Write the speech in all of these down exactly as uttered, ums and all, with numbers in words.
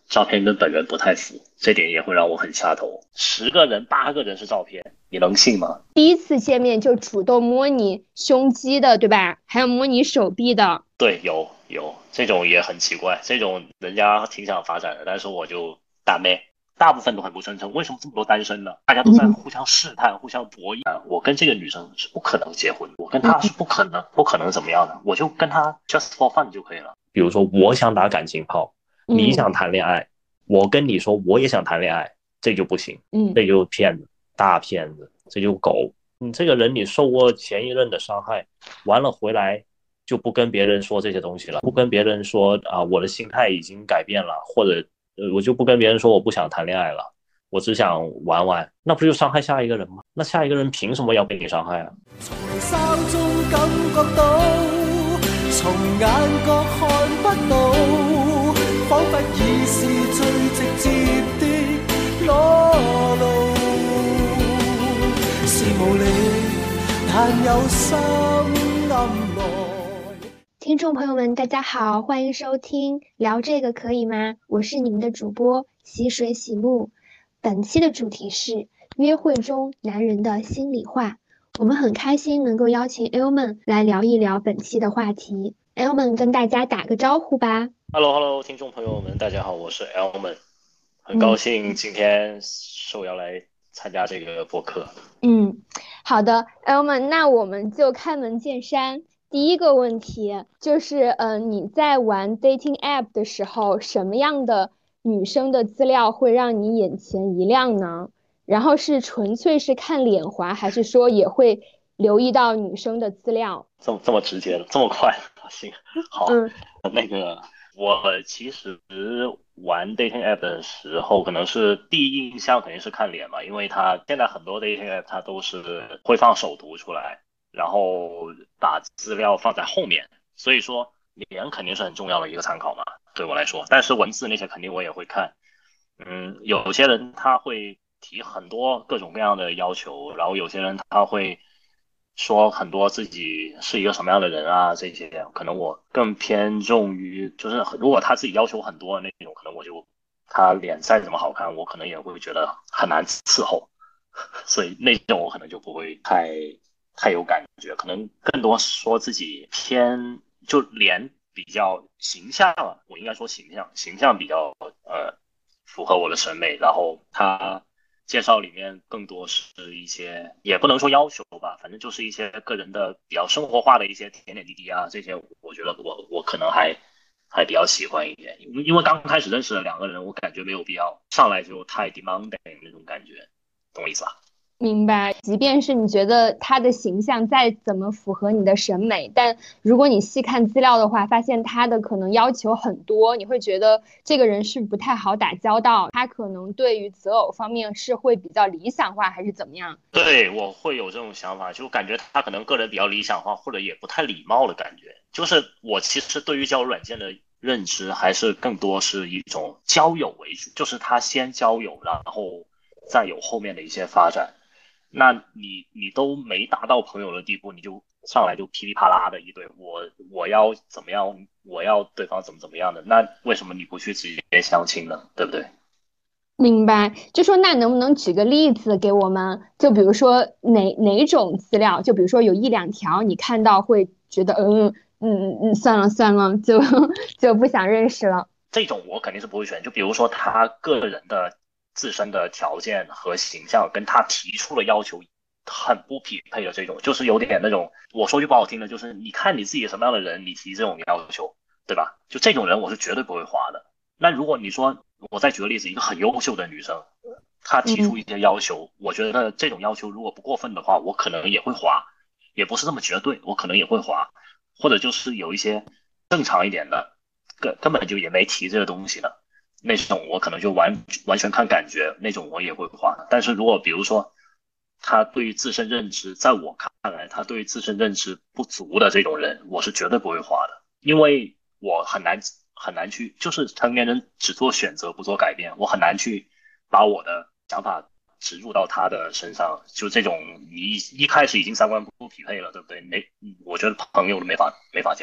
照片跟本人不太符，这点也会让我很下头。十个人八个人是照片，你能信吗？ 第一次见面就主动摸你胸肌的，对吧？还有摸你手臂的。 对，有有这种也很奇怪，这种人家挺想发展的，但是我就打咩，大部分都很不真诚。为什么这么多单身呢？大家都在嗯互相试探、互相博弈啊。我跟这个女生是不可能结婚，我跟她嗯是不可能不可能怎么样的，我就跟她 just for fun 就可以了。比如说，我想打感情炮，你嗯想谈恋爱，我跟你说我也想谈恋爱，这就不行， 嗯。 这就骗子，大骗子，这就狗。你这个人，你受过前一任的伤害，完了回来就不跟别人说这些东西了，不跟别人说啊，我的心态已经改变了，或者呃，我就不跟別人說我不想談戀愛了，我只想玩玩，那不就傷害下一個人嗎？那下一個人憑什麼要被你傷害啊？從稍中感覺到，從眼角看不到，彷彿已是最直接的裸露，是無理，但有心暗來。 听众朋友们，大家好，欢迎收听聊这个可以吗？我是你们的主播洗水洗木。本期的主题是约会中男人的心里话。我们很开心能够邀请 Elman 来聊一聊本期的话题。Elman 跟大家打个招呼吧。 Hello Hello，听众朋友们，大家好，我是 Elman，很高嗯兴今天受邀来参加这个播客。 嗯，好的，Elman，那我们就开门见山。第一个问题就是，嗯、呃，你在玩 dating app 的时候，什么样的女生的资料会让你眼前一亮呢？然后是纯粹是看脸滑，还是说也会留意到女生的资料？ 这么这么直接的，这么快，行，好， 嗯那个我其实玩 dating app 的时候，可能是第一印象肯定是看脸嘛，因为它现在很多 dating app 它都是会放首图出来，然后把资料放在后面，所以说脸肯定是很重要的一个参考嘛，对我来说。但是文字那些肯定我也会看，嗯，有些人他会提很多各种各样的要求，然后有些人他会说很多自己是一个什么样的人啊，这些可能我更偏重于，就是如果他自己要求很多的那种，可能我就他脸再怎么好看，我可能也会觉得很难伺候，所以那种我可能就不会太太有感觉，可能更多说自己偏就脸比较形象啊，我应该说形象，形象比较呃符合我的审美，然后他介绍里面更多是一些，也不能说要求吧，反正就是一些个人的比较生活化的一些点点滴滴啊，这些我觉得我我可能还还比较喜欢一点，因为刚开始认识的两个人，我感觉没有必要上来就太 demanding 那种感觉，懂我意思吧？ 明白，即便是你觉得他的形象再怎么符合你的审美，但如果你细看资料的话，发现他的可能要求很多，你会觉得这个人是不太好打交道，他可能对于择偶方面是会比较理想化，还是怎么样？ 对，我会有这种想法，就感觉他可能个人比较理想化，或者也不太礼貌的感觉。就是我其实对于交友软件的认知，还是更多是一种交友为主，就是他先交友，然后再有后面的一些发展。那你你都没达到朋友的地步，你就上来就噼里啪啦的一堆，我我要怎么样，我要对方怎么怎么样的，那为什么你不去直接相亲呢？对不对？ 明白，就说那能不能举个例子给我们？就比如说哪哪种资料，就比如说有一两条你看到会觉得，嗯嗯嗯，算了算了，就就不想认识了。 这种我肯定是不会选。就比如说他个人的自身的条件和形象跟他提出的要求很不匹配的这种，就是有点那种，我说句不好听的，就是你看你自己什么样的人，你提这种要求，对吧？就这种人我是绝对不会花的。那如果你说，我再举个例子，一个很优秀的女生，她提出嗯。 一些要求，我觉得这种要求如果不过分的话，我可能也会花，也不是这么绝对，我可能也会花，或者就是有一些正常一点的，根根本就也没提这个东西的那种，我可能就完完全看感觉，那种我也会花。但是如果比如说他对于自身认知，在我看来，他对于自身认知不足的这种人，我是绝对不会花的，因为我很难很难去，就是成年人只做选择不做改变，我很难去把我的想法植入到他的身上。就这种你一一开始已经三观不匹配了，对不对？没，我觉得朋友都没法没法交。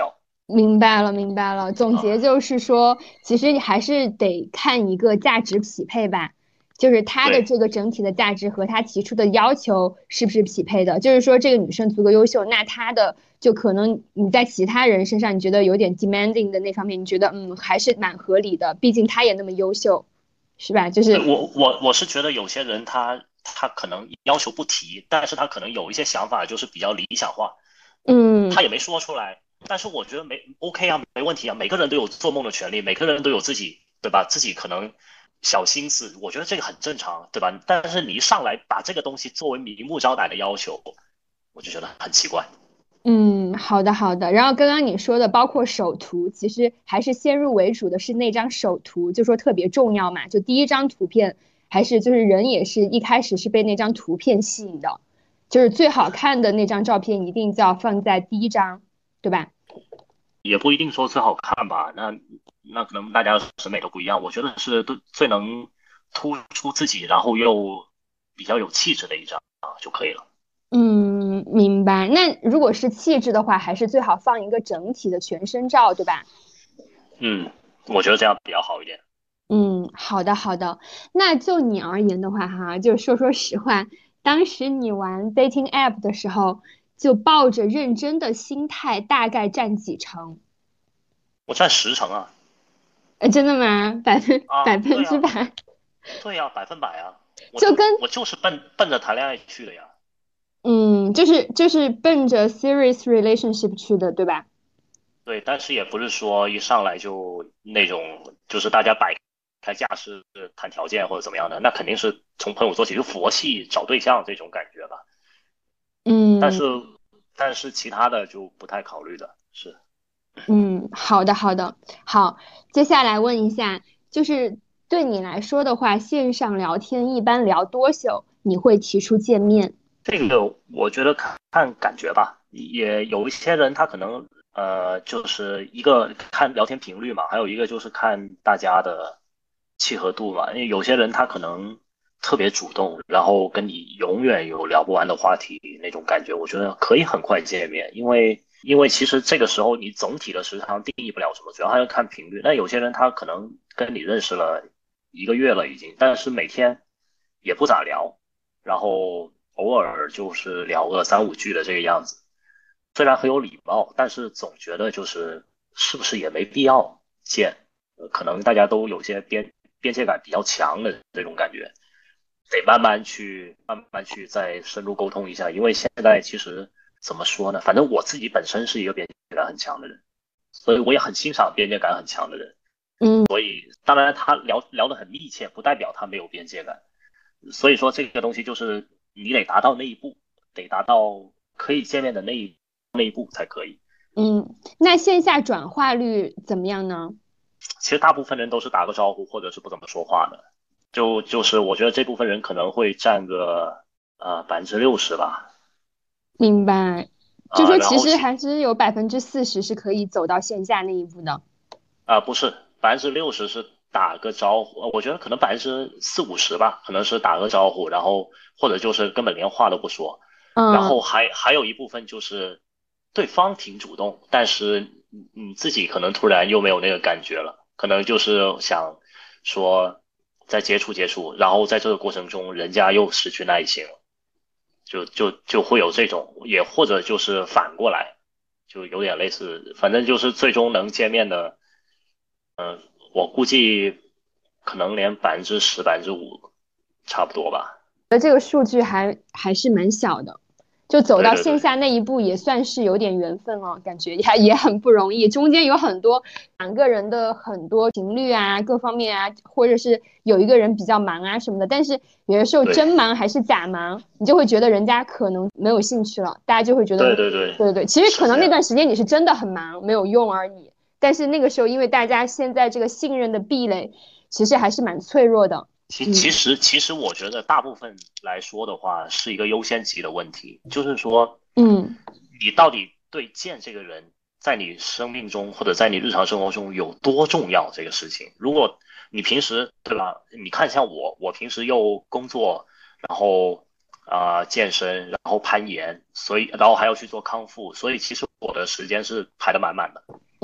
明白了，明白了。总结啊。 就是说，其实你还是得看一个价值匹配吧，就是他的对， 这个整体的价值和他提出的要求是不是匹配的。就是说，这个女生足够优秀，那她的就可能你在其他人身上你觉得有点 demanding 的那方面，你觉得嗯还是蛮合理的，毕竟她也那么优秀，是吧？就是对我我我是觉得有些人他他可能要求不提，但是他可能有一些想法就是比较理想化， 嗯他也没说出来。但是我觉得没 OK 啊，没问题啊，每个人都有做梦的权利，每个人都有自己对吧？自己可能小心思，我觉得这个很正常，对吧？但是你一上来把这个东西作为明目张胆的要求，我就觉得很奇怪。 嗯，好的好的。然后刚刚你说的包括首图，其实还是先入为主的是那张首图，就说特别重要嘛。就第一张图片，还是就是人也是一开始是被那张图片吸引的，就是最好看的那张照片一定就要放在第一张，对吧？ 也不一定说最好看吧，那那可能大家审美都不一样。我觉得是最最能突出自己，然后又比较有气质的一张啊就可以了。 嗯，明白。那如果是气质的话，还是最好放一个整体的全身照，对吧？ 嗯，我觉得这样比较好一点。 嗯，好的好的。那就你而言的话，哈，就说说实话，当时你玩 dating app 的时候，就抱着认真的心态，大概占几成？ 我占十成啊。 呃，真的吗？百分百啊， 分对啊， 之百？ 对啊，百分百啊，我就就跟我就是奔奔着谈恋爱去的呀。 嗯，就是就是奔着 serious relationship 去的，对吧？ 对，但是也不是说一上来就那种，就是大家摆开架势谈条件或者怎么样的，那肯定是从朋友做起，就佛系找对象这种感觉吧。但嗯是但是其他的就不太考虑的，是。 嗯，好的好的，好。接下来问一下，就是对你来说的话，线上聊天一般聊多久？你会提出见面？ 这个我觉得看看感觉吧，也有一些人他可能呃就是一个看聊天频率嘛，还有一个就是看大家的契合度嘛。因为有些人他可能特别主动，然后跟你永远有聊不完的话题那种感觉，我觉得可以很快见面。因为因为其实这个时候你总体的时长定义不了什么，主要还要看频率。那有些人他可能跟你认识了一个月了已经，但是每天也不咋聊。然后偶尔就是聊个三五句的这个样子，虽然很有礼貌，但是总觉得就是是不是也没必要见。呃可能大家都有些边边界感比较强的这种感觉，得慢慢去慢慢去再深入沟通一下。因为现在其实怎么说呢，反正我自己本身是一个边界感很强的人，所以我也很欣赏边界感很强的人。 嗯。 当然，他聊聊得很密切，不代表他没有边界感。所以说这个东西就是你得达到那一步，得达到可以见面的那一那一步才可以。 嗯，那线下转化率怎么样呢？ 其实大部分人都是打个招呼或者是不怎么说话的，就就是我觉得这部分人可能会占个呃百分之六十吧。 明白，就啊、 说然后其其实还是有百分之四十是可以走到线下那一步的。 啊、不是百分之六十是打个招呼，呃我觉得可能百分之四五十吧，可能是打个招呼，然后或者就是根本连话都不说。然后嗯还还有一部分就是对方挺主动，但是你你自己可能突然又没有那个感觉了，可能就是想说再接触接触，然后在这个过程中人家又失去耐心了，就就就会有这种，也或者就是反过来，就有点类似，反正就是最终能见面的，嗯、我估计可能连百分之十、百分之五差不多吧。 呃，这个数据还还是蛮小的，就走到对对对。 线下那一步也算是有点缘分了，感觉也也很不容易，中间有很多两个人的很多频率啊，各方面啊，或者是有一个人比较忙啊什么的，但是有的时候对真忙还是假忙，你就会觉得人家可能没有兴趣了，大家就会觉得， 对对对， 对对对，其实可能那是这样。 段时间你是真的很忙，没有用而已，但是那个时候因为大家现在这个信任的壁垒其实还是蛮脆弱的， 其其嗯实其实我觉得大部分来说的话是一个优先级的问题，就是说嗯你到底对见这个人在你生命中或者在你日常生活中有多重要这个事情。如果你平时对吧，你看像我，我平时又工作，然后啊、呃健身，然后攀岩，所以然后还要去做康复，所以其实我的时间是排得满满的。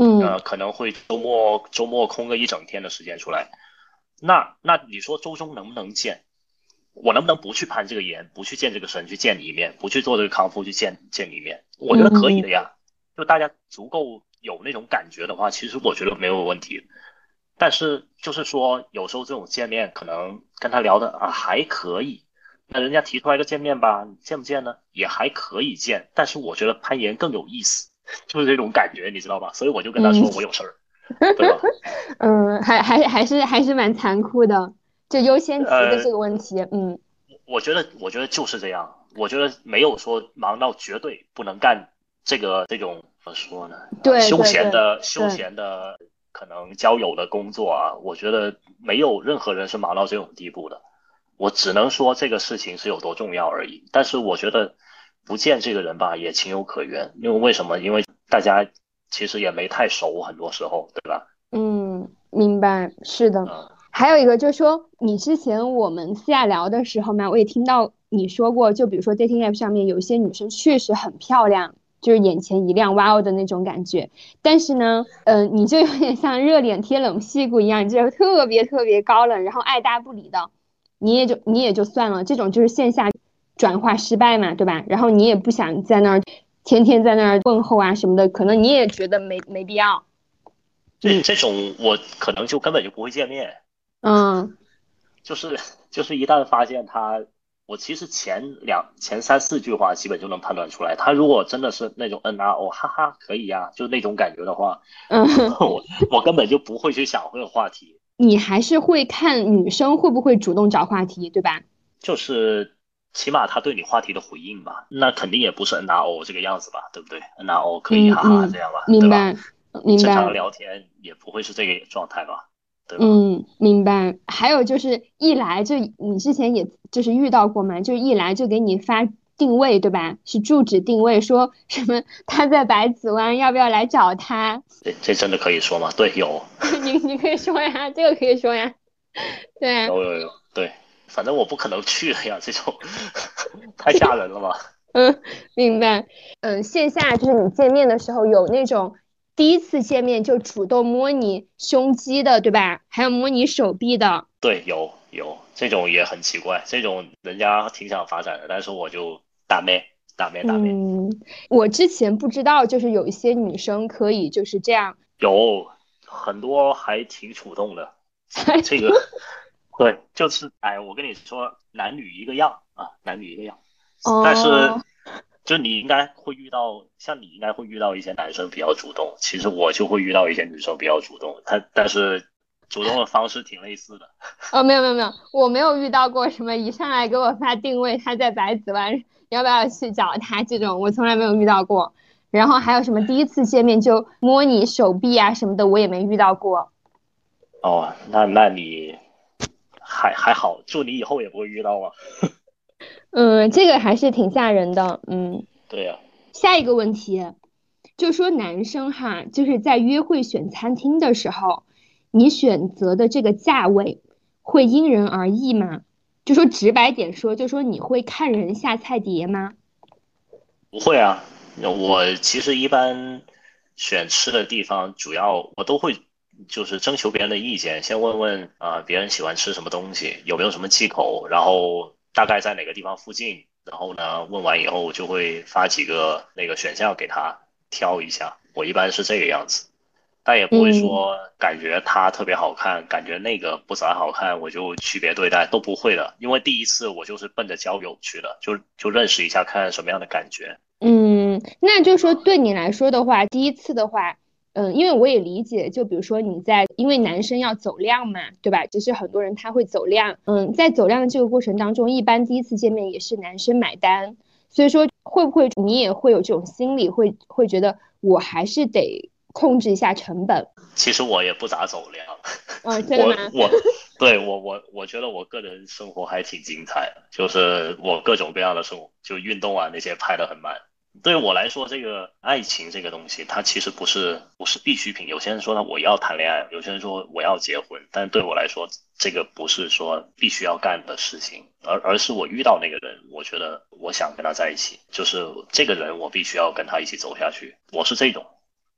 嗯呃，可能会周末周末空个一整天的时间出来。那那你说周中能不能见？我能不能不去攀这个岩，不去见这个神，去见你一面，不去做这个康复，去见见你一面？我觉得可以嗯的呀。就大家足够有那种感觉的话，其实我觉得没有问题。但是就是说，有时候这种见面可能跟他聊的啊还可以，那人家提出来个见面吧，你见不见呢？也还可以见，但是我觉得攀岩更有意思，就是这种感觉，你知道吧？所以我就跟他嗯说我有事儿，对吧？ 嗯，还还还是还是蛮残酷的，就优先级的呃， 这个问题。嗯我觉得，我觉得就是这样。我觉得没有说忙到绝对不能干这个这种怎么说呢？啊，休对对对闲的休对， 闲的可能交友的工作啊，我觉得没有任何人是忙到这种地步的。我只能说这个事情是有多重要而已。但是我觉得不见这个人吧，也情有可原。因为为什么？因为大家其实也没太熟，很多时候，对吧？ 嗯，明白，是的。 嗯。 还有一个就是说，你之前我们私下聊的时候嘛，我也听到你说过，就比如说 dating app 上面有一些女生确实很漂亮，就是眼前一亮，哇哦的那种感觉。但是呢，嗯、你就有点像热脸贴冷屁股一样，就是特别特别高冷，然后爱答不理的，你也就你也就算了，这种就是线下转化失败嘛，对吧？然后你也不想在那儿天天在那儿问候啊什么的，可能你也觉得没没必要。嗯这这种我可能就根本就不会见面。 嗯就是就是一旦发现他，我其实前两前三四句话基本就能判断出来，他如果真的是那种嗯啊哦哈哈可以呀、就那种感觉的话， 嗯， 我我根本就不会去想这个话题。 你还是会看女生会不会主动找话题，对吧？ 就是起码他对你话题的回应吧，那肯定也不是 N R O 这个样子吧，对不对？N R O 可以哈哈这嗯嗯， 样吧，对吧？ 明白明白。 正常的聊天也不会是这个状态吧，对吧？ 嗯，明白。还有就是一来就你之前也就是遇到过嘛，就是一来就给你发定位，对吧？是住址定位，说什么他在百子湾，要不要来找他？ 这这真的可以说吗？对，有。 你你可以说呀，这个可以说呀。对啊， 有有有，对，反正我不可能去的呀，这种太吓人了吧？ 嗯，明白。嗯，线下就是你见面的时候有那种第一次见面就主动摸你胸肌的，对吧？还有摸你手臂的。 对，有有这种也很奇怪，这种人家挺想发展的，但是我就打咩打咩打咩， 嗯，我之前不知道，就是有一些女生可以就是这样。 有很多还挺主动的，这个对，就是哎，我跟你说，男女一个样啊，男女一个样，但是哦， 就你应该会遇到，像你应该会遇到一些男生比较主动，其实我就会遇到一些女生比较主动，他但是主动的方式挺类似的。 哦，没有没有没有，我没有遇到过什么一上来给我发定位，他在百子湾，要不要去找他这种，我从来没有遇到过。然后还有什么第一次见面就摸你手臂啊什么的，我也没遇到过。 哦，那那你还还好，祝你以后也不会遇到啊。 嗯，这个还是挺吓人的。嗯， 对呀、 下一个问题，就说男生哈，就是在约会选餐厅的时候，你选择的这个价位会因人而异吗？就说直白点说，就说你会看人下菜碟吗？ 不会啊。我其实一般选吃的地方，主要我都会就是征求别人的意见，先问问啊、呃别人喜欢吃什么东西，有没有什么忌口，然后大概在哪个地方附近，然后呢问完以后我就会发几个那个选项给他挑一下，我一般是这个样子。但也不会嗯说感觉它特别好看，感觉那个不咋好看，我就区别对待，都不会的。因为第一次我就是奔着交友去的，就就认识一下，看什么样的感觉。 嗯，那就说对你来说的话，第一次的话，嗯，因为我也理解，就比如说你在，因为男生要走量嘛，对吧？就是很多人他会走量，嗯，在走量的这个过程当中，一般第一次见面也是男生买单，所以说会不会你也会有这种心理，会会觉得我还是得控制一下成本？ 其实我也不咋走量， 嗯，真的吗？ 我我对我我我觉得我个人生活还挺精彩的，就是我各种各样的生活，就运动啊那些拍的很满。对我来说，这个爱情这个东西，它其实不是不是必需品。有些人说呢，我要谈恋爱；有些人说我要结婚。但对我来说，这个不是说必须要干的事情，而而是我遇到那个人，我觉得我想跟他在一起，就是这个人我必须要跟他一起走下去。我是这种。 嗯，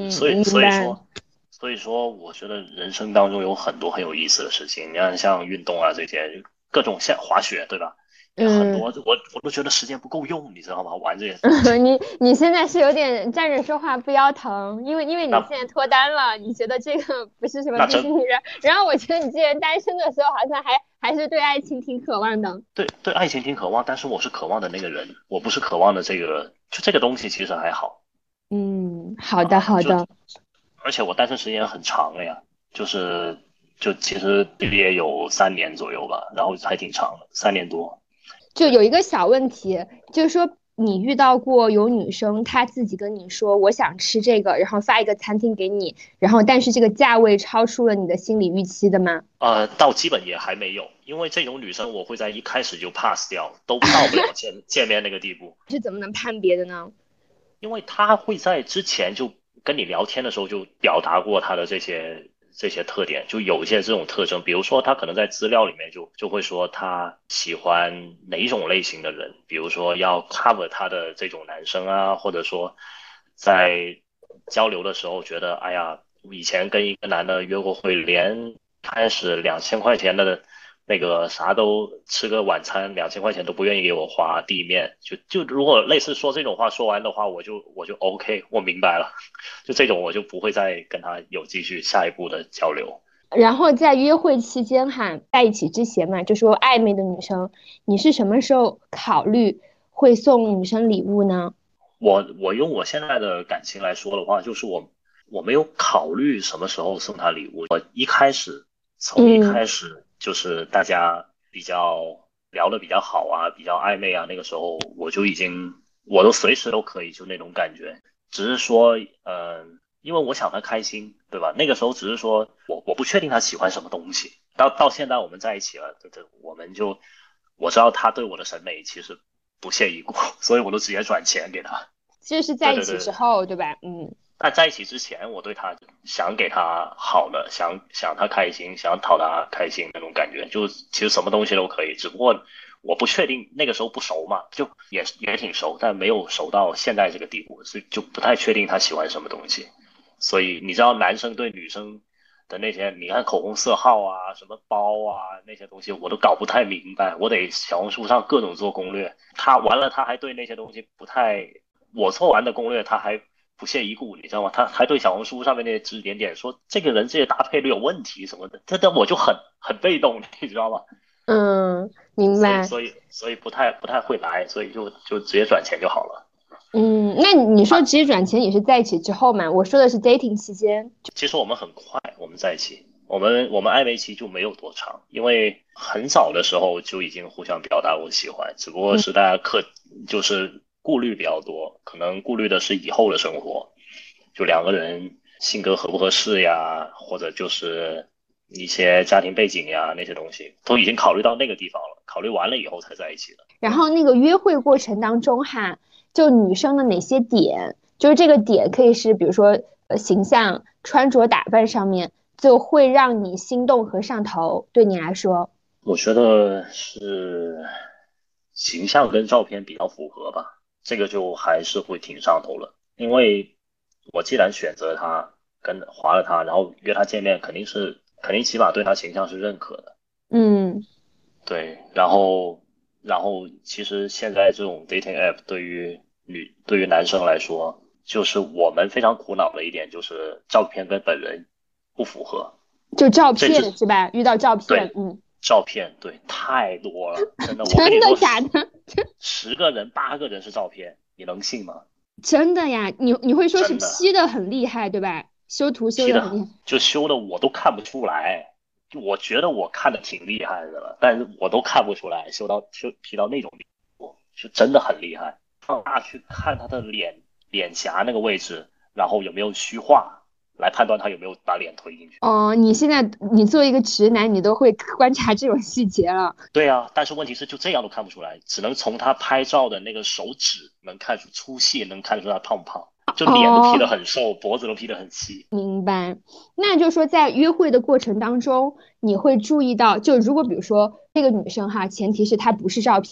嗯， 所以明白。 所以说所以说，我觉得人生当中有很多很有意思的事情。你看，像运动啊这些，各种像滑雪，对吧？也很多， 嗯。 我我都觉得时间不够用，你知道吗？玩这些东西。 你你现在是有点站着说话不腰疼，因为因为你那现在脱单了，你觉得这个不是什么那真必须女人。然后我觉得你之前单身的时候，好像还还是对爱情挺渴望的。 对对，爱情挺渴望，但是我是渴望的那个人，我不是渴望的这个，就这个东西其实还好嗯，好的啊，就好的。 而且我单身时间也很长了呀，就是就其实也有三年左右吧，然后还挺长的，三年多。对。 就有一个小问题，就是说你遇到过有女生她自己跟你说我想吃这个，然后发一个餐厅给你，然后但是这个价位超出了你的心理预期的吗？ 呃，到基本也还没有，因为这种女生我会在一开始就 pass 掉，都到不了见见面那个地步。 是怎么能判别的呢？ 因为她会在之前就跟你聊天的时候就表达过她的这些这些特点，就有一些这种特征，比如说她可能在资料里面就就会说她喜欢哪种类型的人，比如说要 cover 她的这种男生啊，或者说在交流的时候觉得，哎呀，以前跟一个男的约过会，连开始两千块钱的那个啥都吃个晚餐，两千块钱都不愿意给我花地面，就就如果类似说这种话说完的话，我就我就 OK，我明白了，就这种我就不会再跟他有继续下一步的交流。 然后在约会期间哈，在一起之前嘛，就说暧昧的女生，你是什么时候考虑会送女生礼物呢？ 我我用我现在的感情来说的话，就是我我没有考虑什么时候送他礼物，我一开始从一嗯。 开始就是大家比较聊的比较好啊，比较暧昧啊，那个时候我就已经我都随时都可以就那种感觉，只是说嗯、呃因为我想他开心，对吧？那个时候只是说我我不确定他喜欢什么东西，到到现在我们在一起了，对对，我们就我知道他对我的审美其实不屑一顾，所以我都直接转钱给他。 这是在一对对对对， 起之后，对吧？嗯。 但在一起之前，我对他想给他好的，想想他开心，想讨他开心那种感觉，就其实什么东西都可以，只不过我不确定那个时候不熟嘛，就也也挺熟，但没有熟到现在这个地步，所以就不太确定他喜欢什么东西。所以你知道，男生对女生的那些，你看口红色号啊，什么包啊那些东西，我都搞不太明白，我得小红书上各种做攻略。他完了，他还对那些东西不太，我做完的攻略他还不屑一顾，你知道吗？他还对小红书上面那些指指点点说这个人这些搭配率有问题什么的，这这我就很很被动，你知道吗？ 嗯，明白。 所以所以所以不太不太会来，所以就就直接转钱就好了。 嗯，那你说啊， 直接转钱也是在一起之后嘛？我说的是 dating 期间。 其实我们很快我们在一起，我们我们暧昧期就没有多长，因为很早的时候就已经互相表达过喜欢，只不过嗯。 是大家客就是顾虑比较多，可能顾虑的是以后的生活，就两个人性格合不合适呀，或者就是一些家庭背景呀那些东西，都已经考虑到那个地方了，考虑完了以后才在一起的。 然后那个约会过程当中哈，就女生的哪些点，就是这个点可以是比如说呃形象、穿着打扮上面，就会让你心动和上头，对你来说。 我觉得是形象跟照片比较符合吧，这个就还是会挺上头了。因为我既然选择他，跟划了他，然后约他见面，肯定是肯定起码对他形象是认可的。 嗯。 对，然后然后其实现在这种 dating app 对于女对于男生来说，就是我们非常苦恼的一点就是照片跟本人不符合， 就照甚至片是吧？遇到照片。 对嗯。 照片对太多了，真的，我跟真的你说十假的？ 十个人八个人是照片，你能信吗？ 真的呀？你你会说是真的 P 的很厉害，对吧？修图修 ，P 的的很厉害。 就修的我都看不出来，就我觉得我看的挺厉害的了，但是我都看不出来，修到修 P 到那种地步，就真的很厉害。放大去看他的脸脸颊那个位置，然后有没有虚化，来判断他有没有把脸推进去。 哦，你现在你作为一个直男，你都会观察这种细节了。 对啊，但是问题是就这样都看不出来，只能从他拍照的那个手指能看出粗细，能看出他胖不胖，就脸都 P 得哦， 很瘦，脖子都 P 得很细。 明白。那就是说，在约会的过程当中，你会注意到，就如果比如说这个女生哈，前提是她不是照片，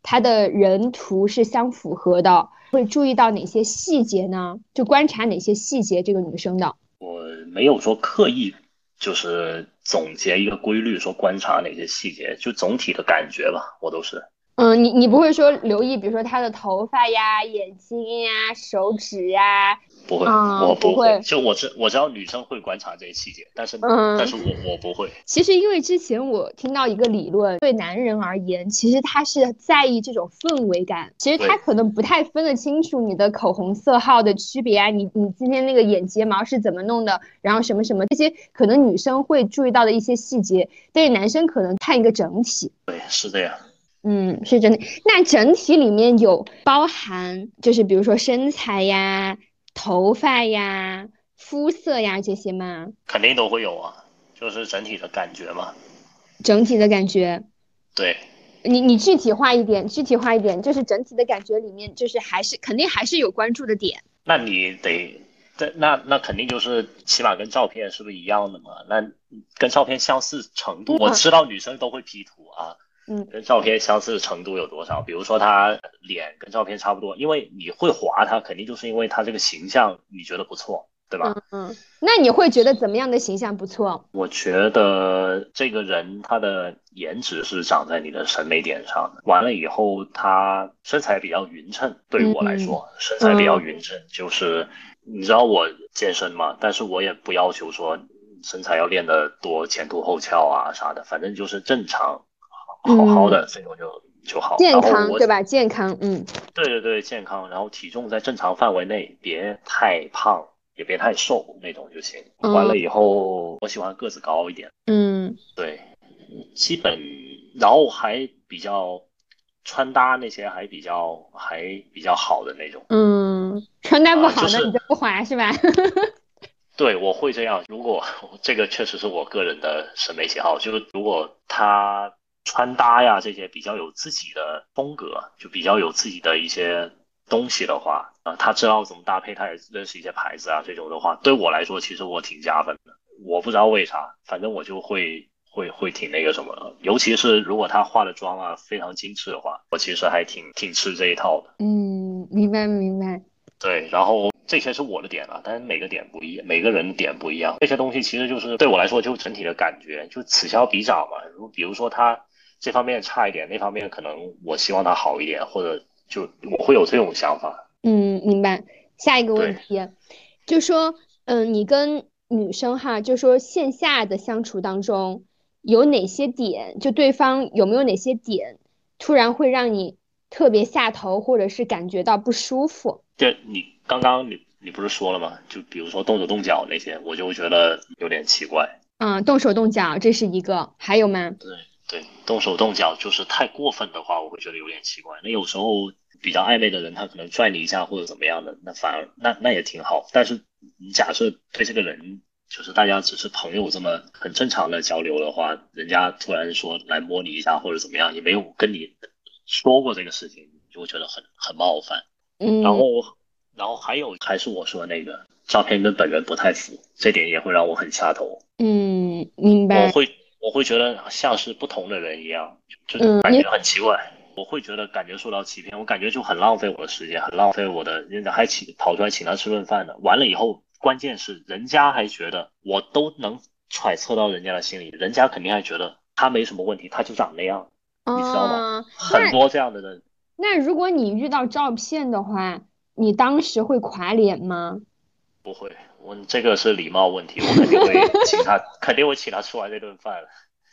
他的人图是相符合的，会注意到哪些细节呢？就观察哪些细节这个女生的。 我没有说刻意就是总结一个规律，说观察哪些细节，就总体的感觉吧，我都是。 嗯，你你不会说留意，比如说她的头发呀、眼睛呀、手指呀。 不会，我嗯，不不会。 会。 就我知我知道女生会观察这些细节，但是但嗯， 是我我不会。 其实因为之前我听到一个理论，对男人而言，其实他是在意这种氛围感。其实他对可能不太分得清楚你的口红色号的区别啊，你你今天那个眼睫毛是怎么弄的，然后什么什么这些，可能女生会注意到的一些细节，但是男生可能看一个整体。 对，是这样。 嗯，是真的。那整体里面有包含，就是比如说身材呀、头发呀、肤色呀这些吗？ 肯定都会有啊，就是整体的感觉嘛。 整体的感觉。 对， 你你具体化一点，具体化一点，就是整体的感觉里面，就是还是肯定还是有关注的点。 那你得，这那那肯定就是起码跟照片是不是一样的嘛？那跟照片相似程度，我嗯知道女生都会 P 图啊， 嗯跟照片相似程度有多少？比如说她脸跟照片差不多，因为你会划她，肯定就是因为她这个形象你觉得不错，对吧？ 嗯嗯。那你会觉得怎么样的形象不错？ 我觉得这个人他的颜值是长在你的审美点上的。完了以后，他身材比较匀称，对于我来嗯说，身材比较嗯匀称，就是你知道我健身嘛，但是我也不要求说身材要练得多前凸后翘啊啥的，反正就是正常，好好嗯， 的这种就就好。 健然后我康对吧？健康。嗯对对对，健康，然后体重在正常范围内，别太胖，也别太瘦那种就行。完嗯了以后，我喜欢个子高一点。 嗯对，基本，然后还比较穿搭那些还比较还比较好的那种嗯。穿搭不啊、就是好的你就不滑是吧？ 对我会这样。如果这个确实是我个人的审美喜好，就是如果他穿搭呀这些比较有自己的风格，就比较有自己的一些东西的话，啊、他知道怎么搭配，他也认识一些牌子啊这种的话，对我来说其实我挺加分的。我不知道为啥，反正我就会会会挺那个什么的，尤其是如果他化的妆啊非常精致的话，我其实还挺挺吃这一套的。 嗯，明白明白。 对，然后这些是我的点啊，但是每个点不一样，每个人点不一样。这些东西其实就是对我来说，就整体的感觉，就此消彼长嘛。如比如说他这方面差一点，那方面可能我希望他好一点，或者就我会有这种想法。 嗯，明白。下一个问对， 题，就说，嗯，你跟女生哈，就说线下的相处当中有哪些点，就对方有没有哪些点，突然会让你特别下头，或者是感觉到不舒服？ 就你刚刚你你不是说了吗？就比如说动手动脚那些，我就会觉得有点奇怪。 嗯，动手动脚，这是一个，还有吗？ 对对，动手动脚就是太过分的话，我会觉得有点奇怪。那有时候比较暧昧的人，他可能拽你一下或者怎么样的，那反而那那也挺好。但是你假设对这个人，就是大家只是朋友这么很正常的交流的话，人家突然说来摸你一下或者怎么样，也没有跟你说过这个事情，你就会觉得很很冒犯。然嗯后然后还有还是我说的那个照片跟本人不太符，这点也会让我很下头。 嗯，明白。 我会我会觉得像是不同的人一样，就就嗯，你感觉很奇怪。我会觉得感觉受到欺骗，我感觉就很浪费我的时间，很浪费我的，人家还请跑出来请他吃顿饭的。完了以后，关键是人家还觉得我都能揣测到人家的心理，人家肯定还觉得他没什么问题，他就长那样，你知道吗？ 啊，那很多这样的人。 那如果你遇到照片的话，你当时会垮脸吗？ 不会，我这个是礼貌问题，我肯定会请他，肯定会请他吃完这顿饭。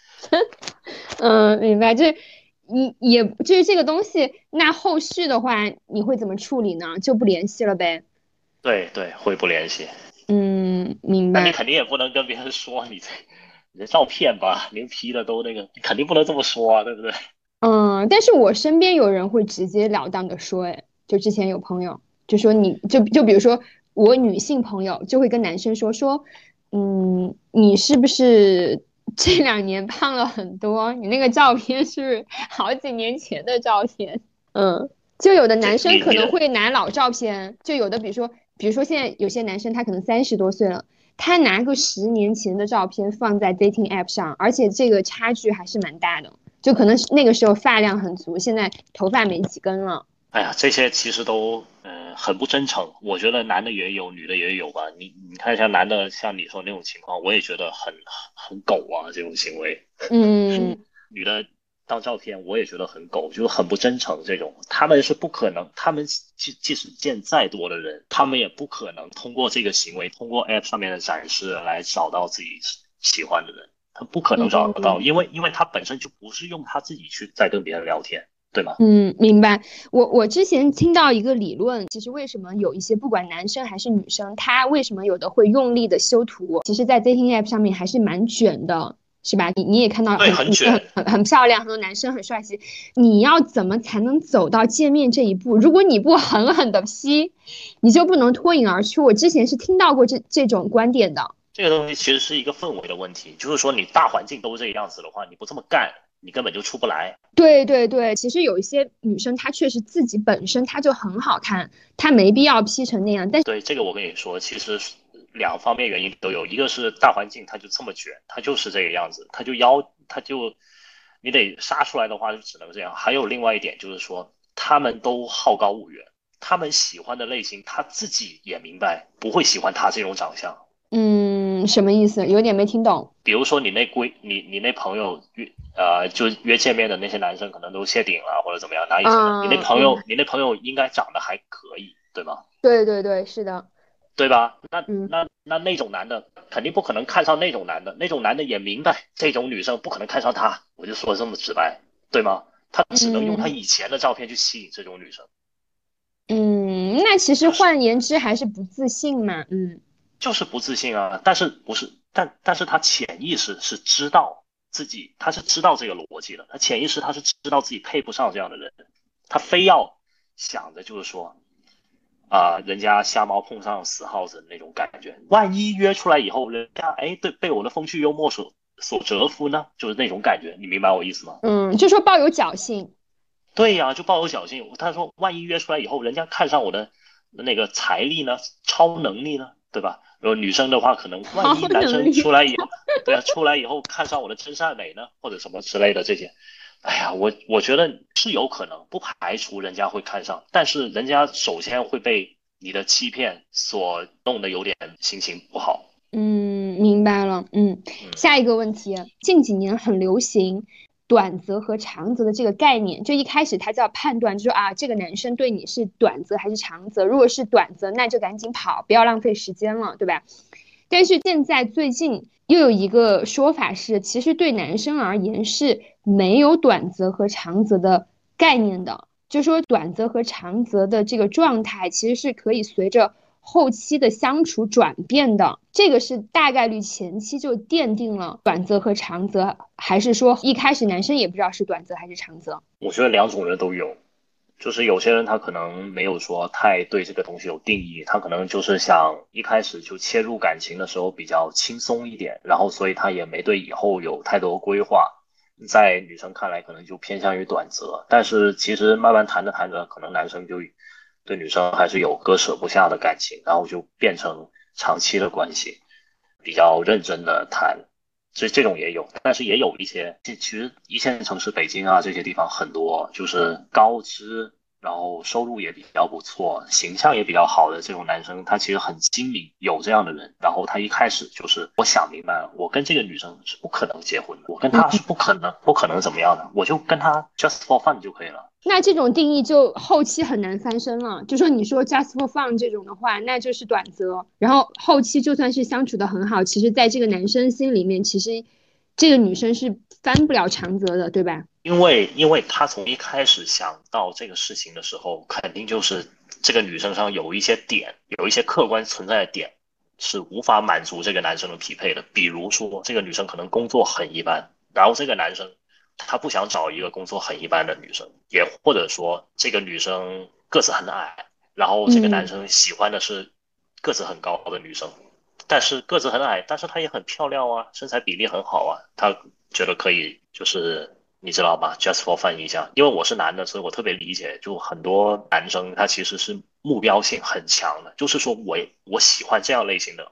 嗯，明白。这你也就是这个东西，那后续的话你会怎么处理呢？就不联系了呗。 对对，会不联系。 嗯，明白。 那你肯定也不能跟别人说你这你的照片吧，连 P 的都那个，你肯定不能这么说啊，对不对？ 嗯，但是我身边有人会直截了当的说，哎，就之前有朋友就说你就就比如说我女性朋友就会跟男生说说，嗯，你是不是这两年胖了很多？你那个照片是不是好几年前的照片？嗯，就有的这男生可能你你的会拿老照片，就有的比如说比如说现在有些男生他可能三十多岁了。他拿个十年前的照片放在 dating app 上，而且这个差距还是蛮大的。 就可能那个时候发量很足，现在头发没几根了。 哎呀，这些其实都呃很不真诚。我觉得男的也有，女的也有吧。你你看一下男的，像你说那种情况，我也觉得很很狗啊，这种行为。 嗯女的当照片，我也觉得很狗，就是很不真诚。这种他们是不可能，他们即即使见再多的人，他们也不可能通过这个行为，通过 App 上面的展示来找到自己喜欢的人。他不可能找得到， 嗯因为因为他本身就不是用他自己去在跟别人聊天，对吗？ 嗯，明白。我我之前听到一个理论，其实为什么有一些不管男生还是女生，他为什么有的会用力的修图，其实在 dating app 上面还是蛮卷的，是吧？你你也看到对， 很女生很卷。 很很漂亮，很多男生很帅气，你要怎么才能走到见面这一步？如果你不狠狠的 P，你就不能脱颖而出。我之前是听到过这这种观点的。 这个东西其实是一个氛围的问题，就是说你大环境都这个样子的话，你不这么干，你根本就出不来。 对对对，其实有一些女生她确实自己本身她就很好看，她没必要 P 成那样。但对，这个我跟你说，其实两方面原因都有，一个是大环境它就这么卷，它就是这个样子，它就要它就你得杀出来的话就只能这样。还有另外一点就是说，他们都好高骛远，他们喜欢的类型他自己也明白，不会喜欢他这种长相。 嗯，什么意思？有点没听懂。 比如说你那闺你你那朋友约呃就约见面的那些男生可能都谢顶了或者怎么样，哪以前的？你那嗯嗯， 朋友你那朋友应该长得还可以，对吗？ 对对对，是的。 对吧？那嗯那那那种男的肯定不可能看上那种男的，那种男的也明白这种女生不可能看上他，我就说的这么直白，对吗？他只能用他嗯以前的照片去吸引这种女生， 嗯，那其实就是换言之还是不自信嘛。嗯就是不自信啊。但是不是？但但是他潜意识是知道自己，他是知道这个逻辑的，他潜意识他是知道自己配不上这样的人，他非要想着就是说。啊、呃人家瞎猫碰上死耗子的那种感觉。万一约出来以后，人家哎对被我的风趣幽默所所折服呢，就是那种感觉，你明白我意思吗？ 嗯，就说抱有侥幸。 对呀、就抱有侥幸。他说万一约出来以后，人家看上我的那个财力呢、超能力呢，对吧？然后女生的话，可能万超一男生出能力。 来以后，对啊，出来以后看上我的真善美呢，或者什么之类的这些，哎呀，我我觉得是有可能，不排除人家会看上，但是人家首先会被你的欺骗所弄得有点心情不好。 嗯，明白了。嗯， 嗯， 下一个问题，近几年很流行短则和长则的这个概念。就一开始他就要判断，就说啊，这个男生对你是短则还是长则。如果是短则，那就赶紧跑，不要浪费时间了，对吧？但是现在最近又有一个说法是，其实对男生而言是没有短则和长则的概念的，就说短则和长则的这个状态其实是可以随着后期的相处转变的。这个是大概率前期就奠定了短则和长则，还是说一开始男生也不知道是短则还是长则？ 我觉得两种人都有。就是有些人他可能没有说太对这个东西有定义，他可能就是想一开始就切入感情的时候比较轻松一点，然后所以他也没对以后有太多规划，在女生看来可能就偏向于短则，但是其实慢慢谈着谈着，可能男生就对女生还是有割舍不下的感情，然后就变成长期的关系，比较认真的谈。这这种也有，但是也有一些，其实一线城市北京啊这些地方很多，就是高知，然后收入也比较不错，形象也比较好的这种男生，他其实很精明，有这样的人。然后他一开始就是我想明白了，我跟这个女生是不可能结婚的，我跟她是不可能不可能怎么样的，我就跟她 just for fun 就可以了。 那这种定义就后期很难翻身了。就说你说 just for fun 这种的话，那就是短则，然后后期就算是相处的很好，其实在这个男生心里面，其实这个女生是翻不了长则的，对吧？ 因为因为他从一开始想到这个事情的时候，肯定就是这个女生上有一些点，有一些客观存在的点是无法满足这个男生的匹配的。比如说，这个女生可能工作很一般，然后这个男生他不想找一个工作很一般的女生，也或者说这个女生个子很矮，然后这个男嗯生喜欢的是个子很高的女生，但是个子很矮，但是她也很漂亮啊，身材比例很好啊，他觉得可以就是你知道吧？just for fun 一下，因为我是男的，所以我特别理解，就很多男生他其实是目标性很强的，就是说我我喜欢这样类型的，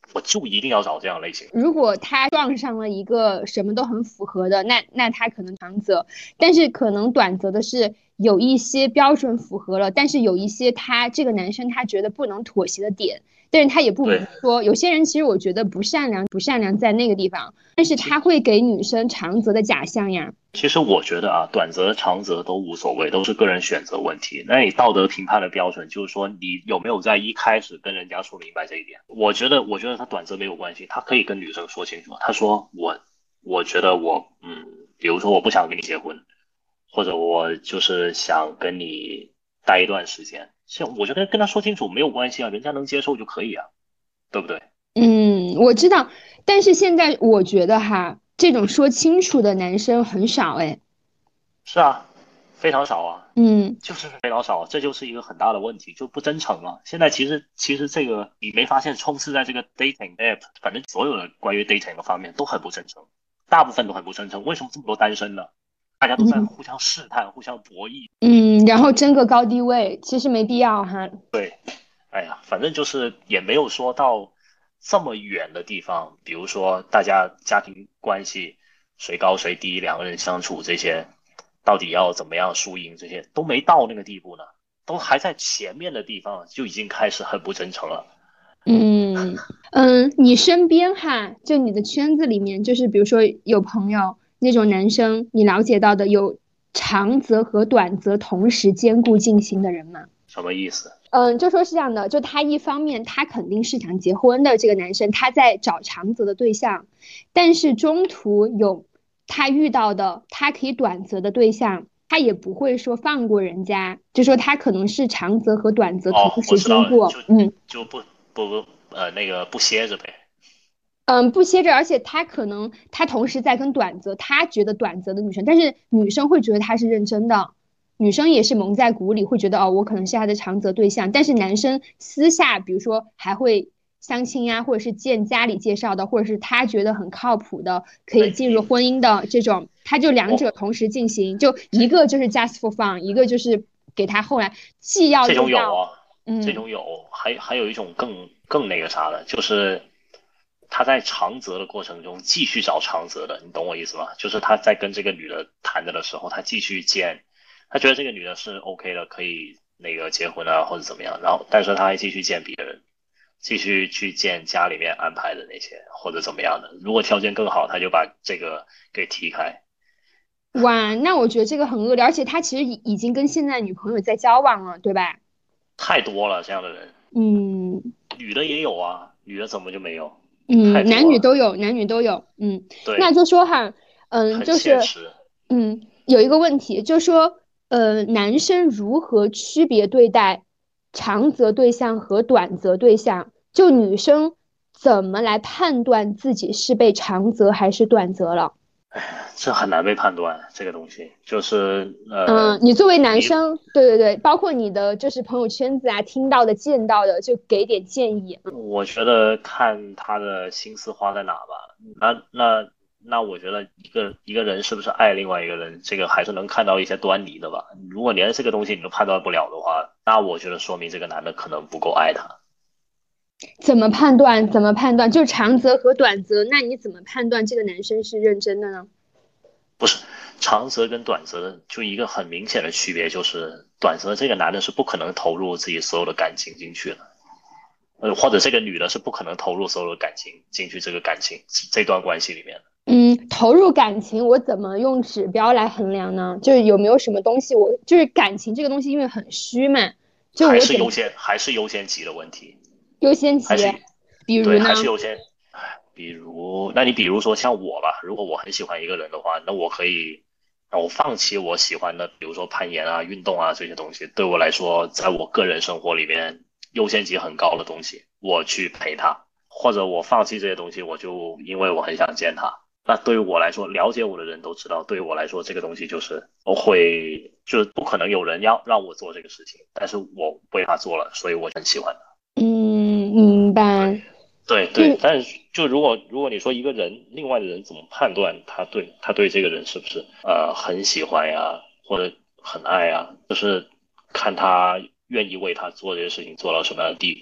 我就一定要找这样类型。 如果他撞上了一个什么都很符合的，那那他可能长则，但是可能短则的是有一些标准符合了，但是有一些他这个男生他觉得不能妥协的点，但是他也不明对， 说。有些人其实我觉得不善良，不善良在那个地方，但是他会给女生长则的假象呀。 其实我觉得啊，短则长则都无所谓，都是个人选择问题。那你道德评判的标准就是说，你有没有在一开始跟人家说明白这一点？我觉得，我觉得他短则没有关系，他可以跟女生说清楚。他说我，我觉得我，嗯，比如说我不想跟你结婚，或者我就是想跟你待一段时间，像我觉得跟他说清楚没有关系啊，人家能接受就可以啊，对不对？ 嗯，我知道，但是现在我觉得哈，这种说清楚的男生很少哎。 是啊，非常少啊。 嗯就是非常少，这就是一个很大的问题，就不真诚了。现在其实其实这个你没发现，充斥在这个 dating app，反正所有的关于 dating 的方面都很不真诚，大部分都很不真诚。为什么这么多单身呢？大家都在嗯互相试探、互相博弈。 嗯，然后争个高低位，其实没必要哈。 哎呀，反正就是也没有说到这么远的地方，比如说大家家庭关系谁高谁低，两个人相处这些，到底要怎么样输赢，这些都没到那个地步呢，都还在前面的地方就已经开始很不真诚了。 嗯嗯，你身边哈，就你的圈子里面，就是比如说有朋友那种男生，你了解到的有长则和短则同时兼顾进行的人吗？ 什么意思？ 嗯，就说是这样的，就他一方面他肯定是想结婚的这个男生，他在找长则的对象，但是中途有他遇到的他可以短则的对象，他也不会说放过人家，就说他可能是长则和短则同哦，我时知道了， 经过， 就嗯。 就不不不呃那个不歇着呗。 嗯，不歇着，而且他可能他同时在跟短则，他觉得短则的女生，但是女生会觉得他是认真的，女生也是蒙在鼓里，会觉得哦，我可能是他的长则对象，但是男生私下，比如说还会相亲呀，或者是见家里介绍的，或者是他觉得很靠谱的，可以哎， 进入你婚姻的这种，他就两者我同时进行，就这一个就是 just for fun，一个就是给他后来既要这又要， 种有啊，这嗯。 种有，还还有一种更更那个啥的，就是他在长泽的过程中继续找长泽的，你懂我意思吗？就是他在跟这个女的谈着的时候，他继续见，他觉得这个女的是 OK 的，可以那个结婚啊或者怎么样，然后但是他还继续见别人，继续去见家里面安排的那些或者怎么样的，如果条件更好，他就把这个给踢开。 哇，那我觉得这个很恶劣，而且他其实已已经跟现在女朋友在交往了，对吧？ 太多了这样的人， 嗯女的也有啊，女的怎么就没有？太嗯，男多了， 女都有，男女都有。嗯，那对， 就说哈，嗯， 很就是现实。 嗯，有一个问题，就说呃，男生如何区别对待长则对象和短则对象？就女生怎么来判断自己是被长则还是短则了？ 这很难被判断，这个东西就是呃， 嗯，你作为男你生，对对对，包括你的就是朋友圈子啊，听到的、见到的，就给点建议。 我觉得看他的心思花在哪吧。那那那，我觉得一个一个人是不是爱另外一个人，这个还是能看到一些端倪的吧。如果连这个东西你都判断不了的话，那我觉得说明这个男的可能不够爱他。 怎么判断？怎么判断？就长则和短则，那你怎么判断这个男生是认真的呢？ 不是长则跟短则的，就一个很明显的区别，就是短则这个男的是不可能投入自己所有的感情进去的。呃，或者这个女的是不可能投入所有的感情进去这个感情这段关系里面的。 嗯，投入感情，我怎么用指标来衡量呢？就是有没有什么东西我，就是感情这个东西，因为很虚嘛，就我怎么还是优先还是优先级的问题， 优先级？ 还是对， 比如呢？ 还是优先。比如，那你比如说像我吧，如果我很喜欢一个人的话，那我可以，那我放弃我喜欢的，比如说攀岩啊、运动啊这些东西，对我来说，在我个人生活里面优先级很高的东西，我去陪他，或者我放弃这些东西，我就因为我很想见他。那对于我来说，了解我的人都知道，对于我来说，这个东西就是我会，就是不可能有人要让我做这个事情，但是我为他做了，所以我很喜欢他。 嗯，明对。 白。 对对， 就但是就如果如果你说一个人，另外的人怎么判断他对他对这个人是不是呃很喜欢呀，或者很爱呀，就是看他愿意为他做这些事情做到什么样的地步。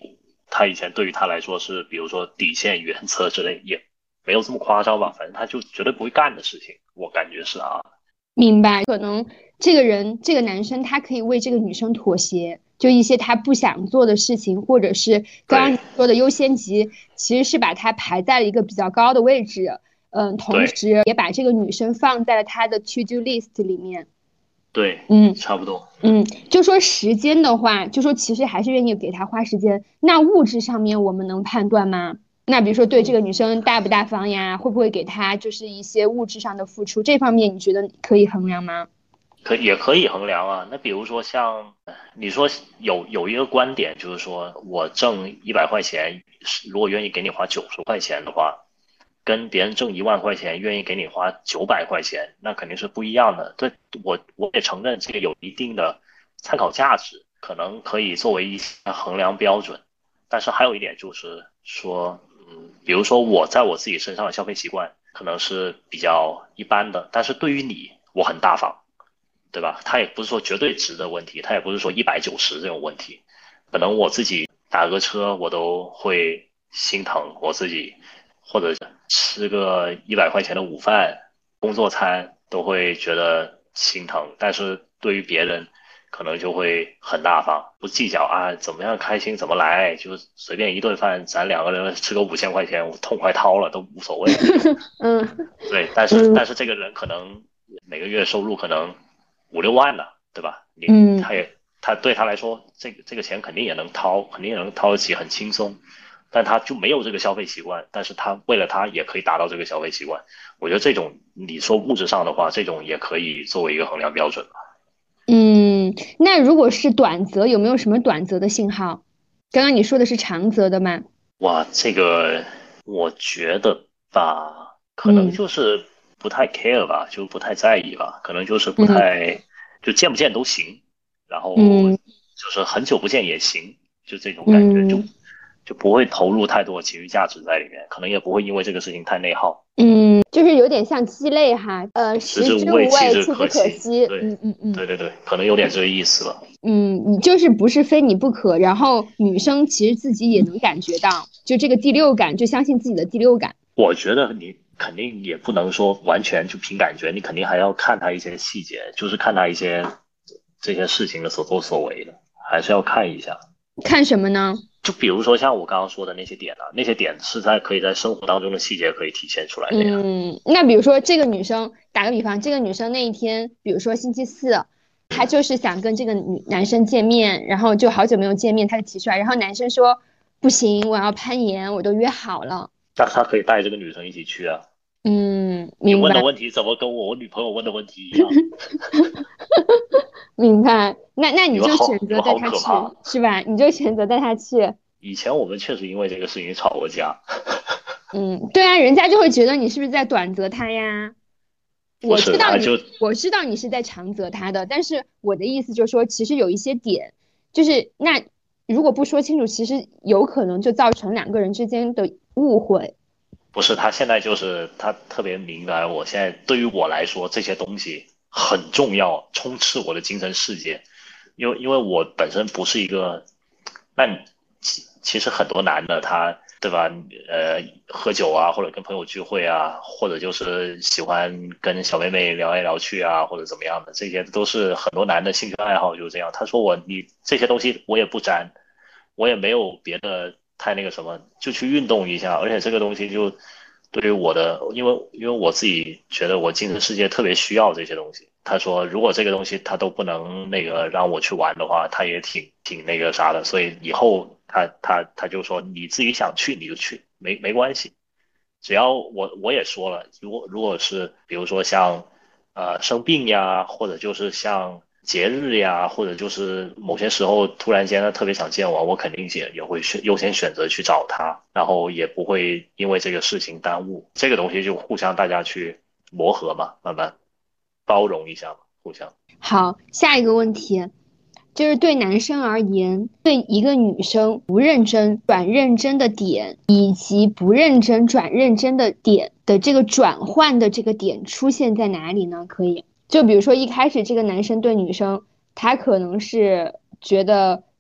他以前对于他来说是比如说底线原则之类，也没有这么夸张吧，反正他就绝对不会干的事情，我感觉是啊。 明白，可能这个人这个男生他可以为这个女生妥协，就一些他不想做的事情，或者是刚刚对你说的优先级，其实是把他排在了一个比较高的位置，嗯，同对时也把这个女生放在了他的 to do list 里面。 对， 嗯差不多。 嗯，就说时间的话，就说其实还是愿意给他花时间。那物质上面我们能判断吗？那比如说对这个女生大不大方呀，会不会给她就是一些物质上的付出，这方面你觉得可以衡量吗？ 可也可以衡量啊。那比如说像你说有有一个观点，就是说我挣一百块钱，如果愿意给你花九十块钱的话，跟别人挣一万块钱愿意给你花九百块钱，那肯定是不一样的。对，我我也承认这个有一定的参考价值，可能可以作为一些衡量标准。但是还有一点就是说，嗯，比如说我在我自己身上的消费习惯可能是比较一般的，但是对于你，我很大方。对吧？它也不是说绝对值的问题，它也不是说一百九十这种问题，可能我自己打个车我都会心疼我自己，或者吃个一百块钱的午饭、工作餐都会觉得心疼，但是对于别人可能就会很大方，不计较啊，怎么样开心怎么来，就随便一顿饭，咱两个人吃个五千块钱，我痛快掏了都无所谓。 嗯对，但是嗯但是这个人可能每个月收入可能五六万呢，对吧？你嗯他也他对他来说，这个这个钱肯定也能掏，肯定也能掏得起，很轻松。但他就没有这个消费习惯，但是他为了他也可以达到这个消费习惯。我觉得这种你说物质上的话，这种也可以作为一个衡量标准吧。 嗯，那如果是短则，有没有什么短则的信号？刚刚你说的是长则的吗？ 哇，这个我觉得吧，可能嗯就是不太 care 吧，就不太在意吧，可能就是不嗯太，就见不见都行，然后嗯就是很久不见也行，就这种感觉，就嗯就不会投入太多情绪价值在里面，可能也不会因为这个事情太内耗， 嗯，就是有点像鸡肋哈，呃， 食食之无味，弃之无味， 之弃之可惜。 可惜。 对， 嗯嗯嗯。 对对对，可能有点这个意思了。 嗯，你就是不是非你不可，然后女生其实自己也能感觉到，就这个第六感，就相信自己的第六感。 我觉得你肯定也不能说完全就凭感觉，你肯定还要看他一些细节，就是看他一些这些事情的所作所为的，还是要看一下。 看什么呢？ 就比如说像我刚刚说的那些点啊，那些点是在可以在生活当中的细节可以体现出来的呀。 嗯，那比如说这个女生，打个比方，这个女生那一天，比如说星期四，她就是想跟这个女男生见面，然后就好久没有见面，她就提出来，然后男生说不行，我要攀岩，我都约好了。 那他可以带这个女生一起去啊。 嗯， 你明白问的问题怎么跟我女朋友问的问题一样？ 明白。那那你你们就选好，你们好择带她去， 可怕。 是吧？你就选择带她去。 以前我们确实因为这个事情吵过架。 嗯，对啊，人家就会觉得你是不是在短择他呀？ 不是， 我知道你， 他就我知道你是在长择他的，但是我的意思就是说，其实有一些点，就是那如果不说清楚，其实有可能就造成两个人之间的误会。 不是，他现在就是他特别明白，我现在对于我来说这些东西很重要，充斥我的精神世界。因为因为我本身不是一个，那你其其实很多男的他对吧？呃，喝酒啊，或者跟朋友聚会啊，或者就是喜欢跟小妹妹聊来聊去啊，或者怎么样的，这些都是很多男的兴趣爱好，就是这样。他说我你这些东西我也不沾，我也没有别的太那个什么，就去运动一下。而且这个东西就对于我的，因为因为我自己觉得我精神世界特别需要这些东西。他说如果这个东西他都不能那个让我去玩的话，他也挺挺那个啥的。所以以后他他他就说你自己想去你就去，没没关系。只要我我也说了，如果如果是比如说像呃生病呀，或者就是像节日呀，或者就是某些时候突然间他特别想见我，我肯定也也会选优先选择去找他，然后也不会因为这个事情耽误。这个东西就互相大家去磨合嘛，慢慢包容一下嘛，互相。 好，下一个问题就是对男生而言，对一个女生不认真转认真的点，以及不认真转认真的点的这个转换的这个点出现在哪里呢？可以，就比如说一开始这个男生对女生，他可能是觉得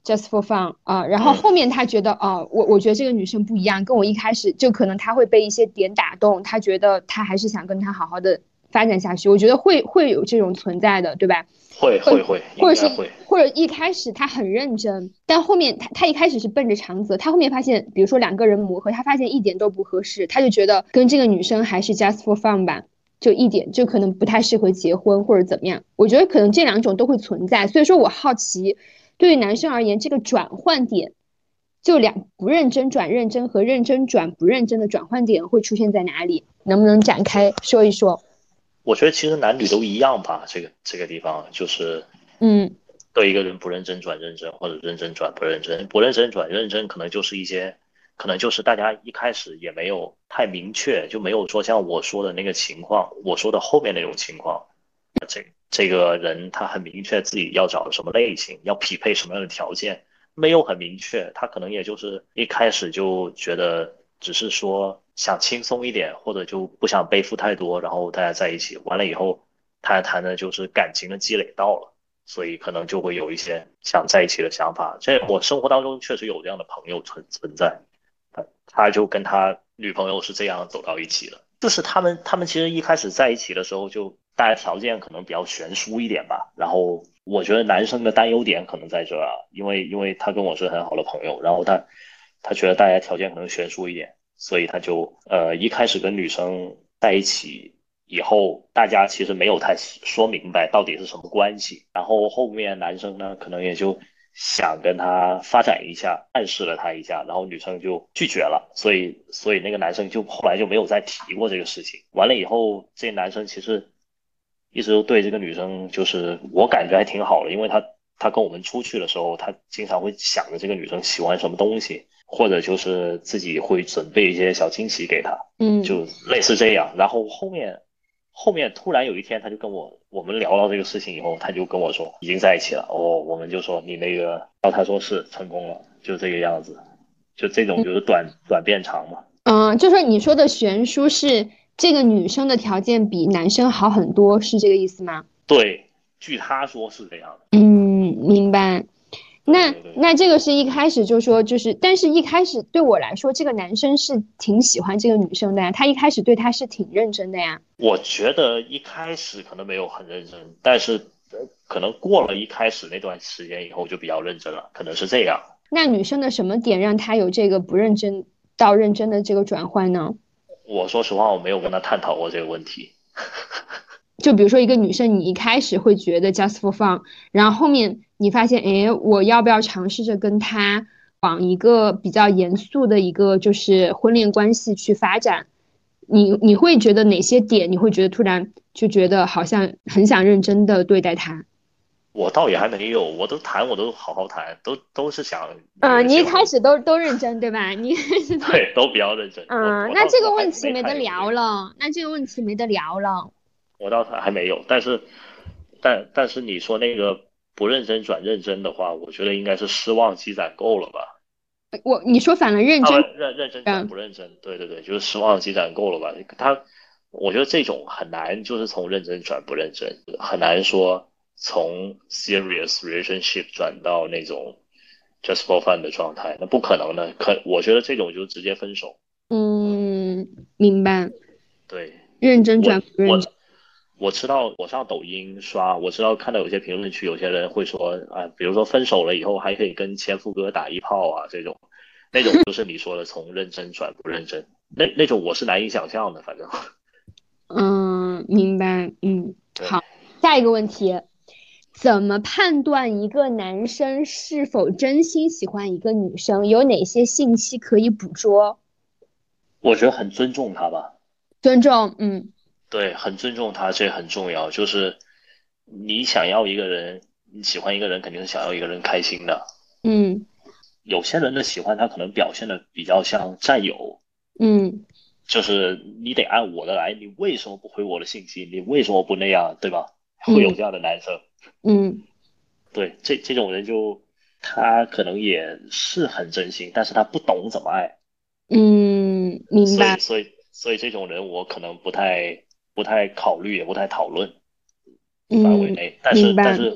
just for fun 啊、然后后面他觉得哦、我我觉得这个女生不一样，跟我一开始就可能他会被一些点打动，他觉得他还是想跟他好好的发展下去，我觉得会会有这种存在的，对吧？或会会会，应或者是该会。 或者一开始他很认真，但后面他他一开始是奔着长泽，他后面发现，比如说两个人磨合，他发现一点都不合适，他就觉得跟这个女生还是 just for fun 吧，就一点就可能不太适合结婚或者怎么样。我觉得可能这两种都会存在，所以说我好奇，对于男生而言，这个转换点，就两不认真转认真和认真转不认真的转换点会出现在哪里？能不能展开说一说？ 我觉得其实男女都一样吧，这个这个地方就是嗯对一个人不认真转认真，或者认真转不认真，不认真转认真，可能就是一些，可能就是大家一开始也没有太明确，就没有说像我说的那个情况，我说的后面那种情况，这这个人他很明确自己要找什么类型，要匹配什么样的条件，没有很明确，他可能也就是一开始就觉得只是说想轻松一点，或者就不想背负太多，然后大家在一起，完了以后，谈谈的就是感情的积累到了。所以可能就会有一些想在一起的想法。这我生活当中确实有这样的朋友存存在，他他就跟他女朋友是这样走到一起的。就是他们他们其实一开始在一起的时候，就大家条件可能比较悬殊一点吧。然后我觉得男生的担忧点可能在这儿啊，因为因为他跟我是很好的朋友，然后他他觉得大家条件可能悬殊一点，所以他就呃一开始跟女生在一起以后，大家其实没有太说明白到底是什么关系。然后后面男生呢，可能也就想跟他发展一下，暗示了他一下，然后女生就拒绝了。所以，所以那个男生就后来就没有再提过这个事情。完了以后，这男生其实一直都对这个女生，就是我感觉还挺好的，因为他他跟我们出去的时候，他经常会想着这个女生喜欢什么东西，或者就是自己会准备一些小惊喜给她。 嗯。 就类似这样。然后后面后面突然有一天，他就跟我我们聊到这个事情以后，他就跟我说已经在一起了。哦，我们就说你那个，然后他说是成功了，就这个样子。就这种就是短短变长嘛。 嗯，就说你说的悬殊是这个女生的条件比男生好很多，是这个意思吗？ 对，据他说是这样的。 嗯，明白。那对对对。 那这个是一开始就说就是，但是一开始对我来说，这个男生是挺喜欢这个女生的呀，他一开始对她是挺认真的呀。 我觉得一开始可能没有很认真，但是呃可能过了一开始那段时间以后就比较认真了，可能是这样。 那女生的什么点让他有这个不认真到认真的这个转换呢？ 我说实话，我没有跟他探讨过这个问题。 就比如说一个女生，你一开始会觉得 just for fun，然后后面你发现，哎，我要不要尝试着跟他往一个比较严肃的一个就是婚恋关系去发展？你你会觉得哪些点？你会觉得突然就觉得好像很想认真的对待他？ 我倒也还没有，我都谈，我都好好谈，都都是想女嗯，你一开儿结婚。 始都都认真，对吧？你对，都比较认真。我嗯， 我倒是那这个问还没题没得太有这个， 聊了，那这个问题没得聊了。 我倒是还没有。但是，但但是你说那个不认真转认真的话，我觉得应该是失望积攒够了吧？ 我你说反了，认他真， 们认认真转嗯不认真，对对对，就是失望积攒够了吧？他，我觉得这种很难，就是从认真转不认真，很难说从 serious relationship 转到那种 just for fun 的状态，那不可能的。可我觉得这种就直接分手。 嗯，明白， 对。 认真我转不认真。 我我知道，我上抖音刷，我知道看到有些评论区有些人会说啊，比如说分手了以后还可以跟前夫哥打一炮啊，这种，那种就是你说的从认真转不认真，那那种我是难以想象的，反正。 嗯，明白。嗯， 对。 好，下一个问题，怎么判断一个男生是否真心喜欢一个女生？有哪些信息可以捕捉？ 我觉得很尊重他吧。 尊重，嗯对，很尊重他，这很重要。就是你想要一个人，你喜欢一个人，肯定是想要一个人开心的。 嗯有些人的喜欢，他可能表现的比较像占有， 嗯就是你得按我的来，你为什么不回我的信息？你为什么不那样，对吧？会有嗯这样的男生。 嗯对，这这种人就他可能也是很真心，但是他不懂怎么爱。 嗯，明白， 所以所以所以这种人我可能不太不太考虑，也不太讨论范围嗯， 内。但明白， 是但是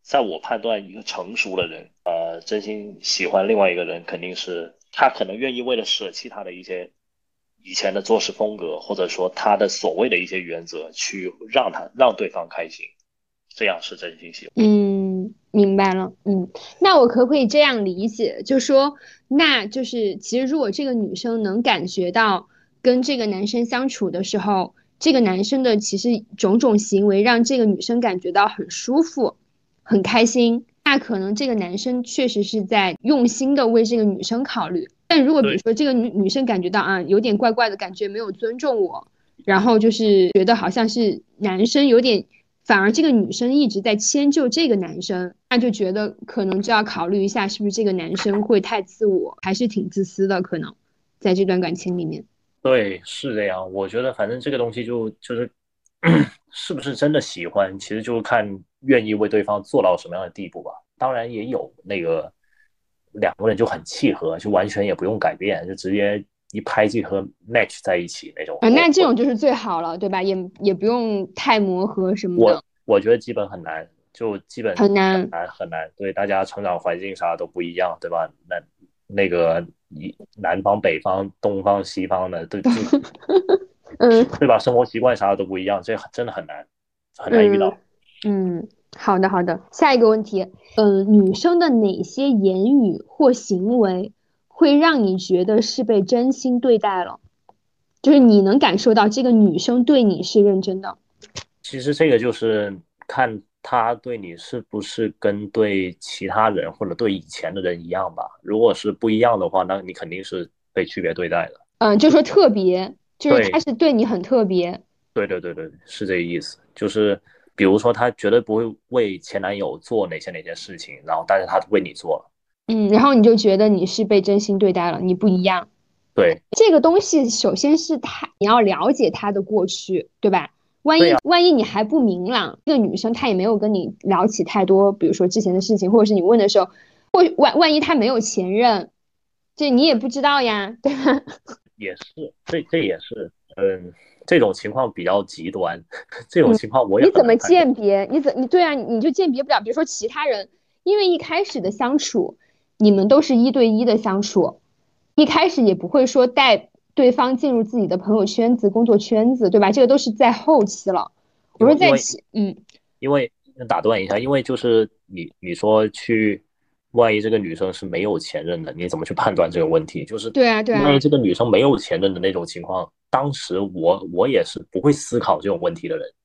在我判断，一个成熟的人，呃，真心喜欢另外一个人，肯定是他可能愿意为了舍弃他的一些以前的做事风格，或者说他的所谓的一些原则，去让他让对方开心，这样是真心喜欢。 嗯，明白了。嗯，那我可不可以这样理解，就说，那就是其实如果这个女生能感觉到跟这个男生相处的时候，这个男生的其实种种行为让这个女生感觉到很舒服、很开心，那可能这个男生确实是在用心的为这个女生考虑。但如果比如对， 说这个女女生感觉到啊有点怪怪的感觉，没有尊重我，然后就是觉得好像是男生有点。反而这个女生一直在迁就这个男生，那就觉得可能就要考虑一下，是不是这个男生会太自我，还是挺自私的，可能在这段感情里面。 对，是这样。我觉得反正这个东西就就是是不是真的喜欢，其实就看愿意为对方做到什么样的地步吧。当然也有那个两个人就很契合，就完全也不用改变，就直接一拍即合 match 在一起那种。 啊， 我我那这种就是最好了，对吧？也也不用太磨合什么我的， 我觉得基本很难，就基本很很难。 难很难。对，大家成长环境啥都不一样，对吧？那那个一南方、北方、东方、西方的，都就嗯对吧？生活习惯啥的都不一样，这真的很难很难遇嗯到。 嗯，好的好的。下一个问题，嗯，女生的哪些言语或行为会让你觉得是被真心对待了？就是你能感受到这个女生对你是认真的。 其实这个就是看他对你是不是跟对其他人或者对以前的人一样吧。如果是不一样的话，那你肯定是被区别对待的。 嗯，就说特别，就是他对， 是对你很特别。 对对对对，是这个意思。就是比如说，他绝对不会为前男友做哪些哪些事情，然后但是他为你做了。 嗯，然后你就觉得你是被真心对待了，你不一样。 对这个东西首先是他，你要了解他的过去，对吧？万对呀、 一万一你还不明朗，这个女生她也没有跟你聊起太多，比如说之前的事情，或者是你问的时候，或万万一她没有前任，这你也不知道呀，对吧？ 也是，这这也是，嗯，这种情况比较极端，这种嗯， 情况我也你怎么很难判断。 鉴别？你怎你对啊，你就鉴别不了。比如说其他人，因为一开始的相处，你们都是一对一的相处，一开始也不会说带对方进入自己的朋友圈子、工作圈子，对吧？这个都是在后期了。我说因为因为在前，嗯， 因为打断一下，因为就是你你说去，万一这个女生是没有前任的，你怎么去判断这个问题？就是对啊，对啊， 万一这个女生没有前任的那种情况，当时我我也是不会思考这种问题的人。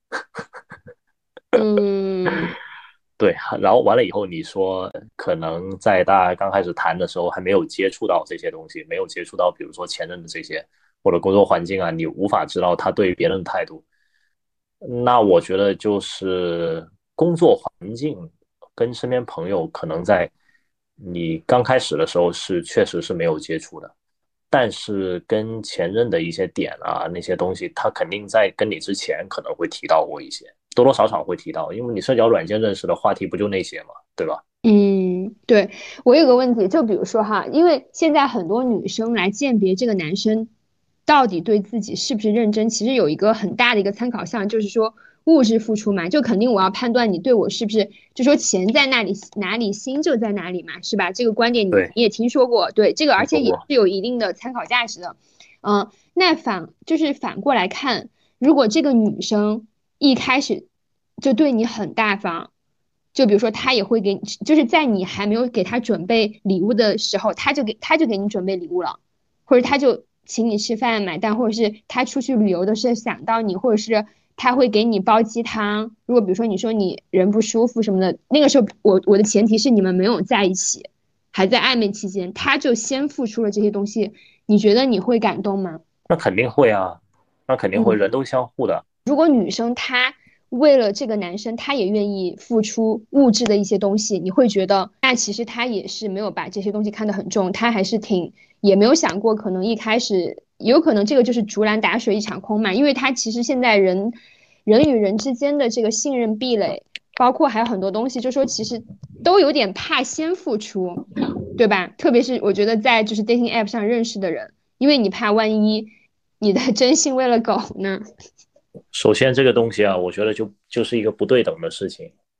嗯， 对，然后完了以后，你说可能在大家刚开始谈的时候还没有接触到这些东西，没有接触到比如说前任的这些或者工作环境啊，你无法知道他对别人的态度。那我觉得就是工作环境跟身边朋友可能在你刚开始的时候是确实是没有接触的，但是跟前任的一些点啊那些东西，他肯定在跟你之前可能会提到过一些，多多少少会提到，因为你社交软件认识的话题不就那些嘛，对吧？ 嗯，对，我有个问题，就比如说哈，因为现在很多女生来鉴别这个男生到底对自己是不是认真，其实有一个很大的一个参考项，就是说物质付出嘛，就肯定我要判断你对我是不是，就说钱在那里哪里，心就在哪里嘛，是吧？这个观点你对， 你也听说过，对，这个而且也是听说过。 有一定的参考价值的。嗯，那反就是反过来看，如果这个女生一开始就对你很大方。就比如说，他也会给你，就是在你还没有给他准备礼物的时候，他就给他就给你准备礼物了，或者他就请你吃饭买单，或者是他出去旅游的时候想到你，或者是他会给你煲鸡汤。如果比如说你说你人不舒服什么的，那个时候我我的前提是你们没有在一起，还在暧昧期间，他就先付出了这些东西，你觉得你会感动吗？ 那肯定会啊，那肯定会， 嗯。 人都相互的。 如果女生她为了这个男生，她也愿意付出物质的一些东西，你会觉得那其实她也是没有把这些东西看得很重，她还是挺也没有想过可能一开始有可能这个就是竹篮打水一场空嘛，因为她其实现在人人与人之间的这个信任壁垒，包括还有很多东西，就说其实都有点怕先付出，对吧？特别是我觉得在就是 dating app 上认识的人，因为你怕万一你的真心喂了狗呢。 首先这个东西啊，我觉得就就是一个不对等的事情。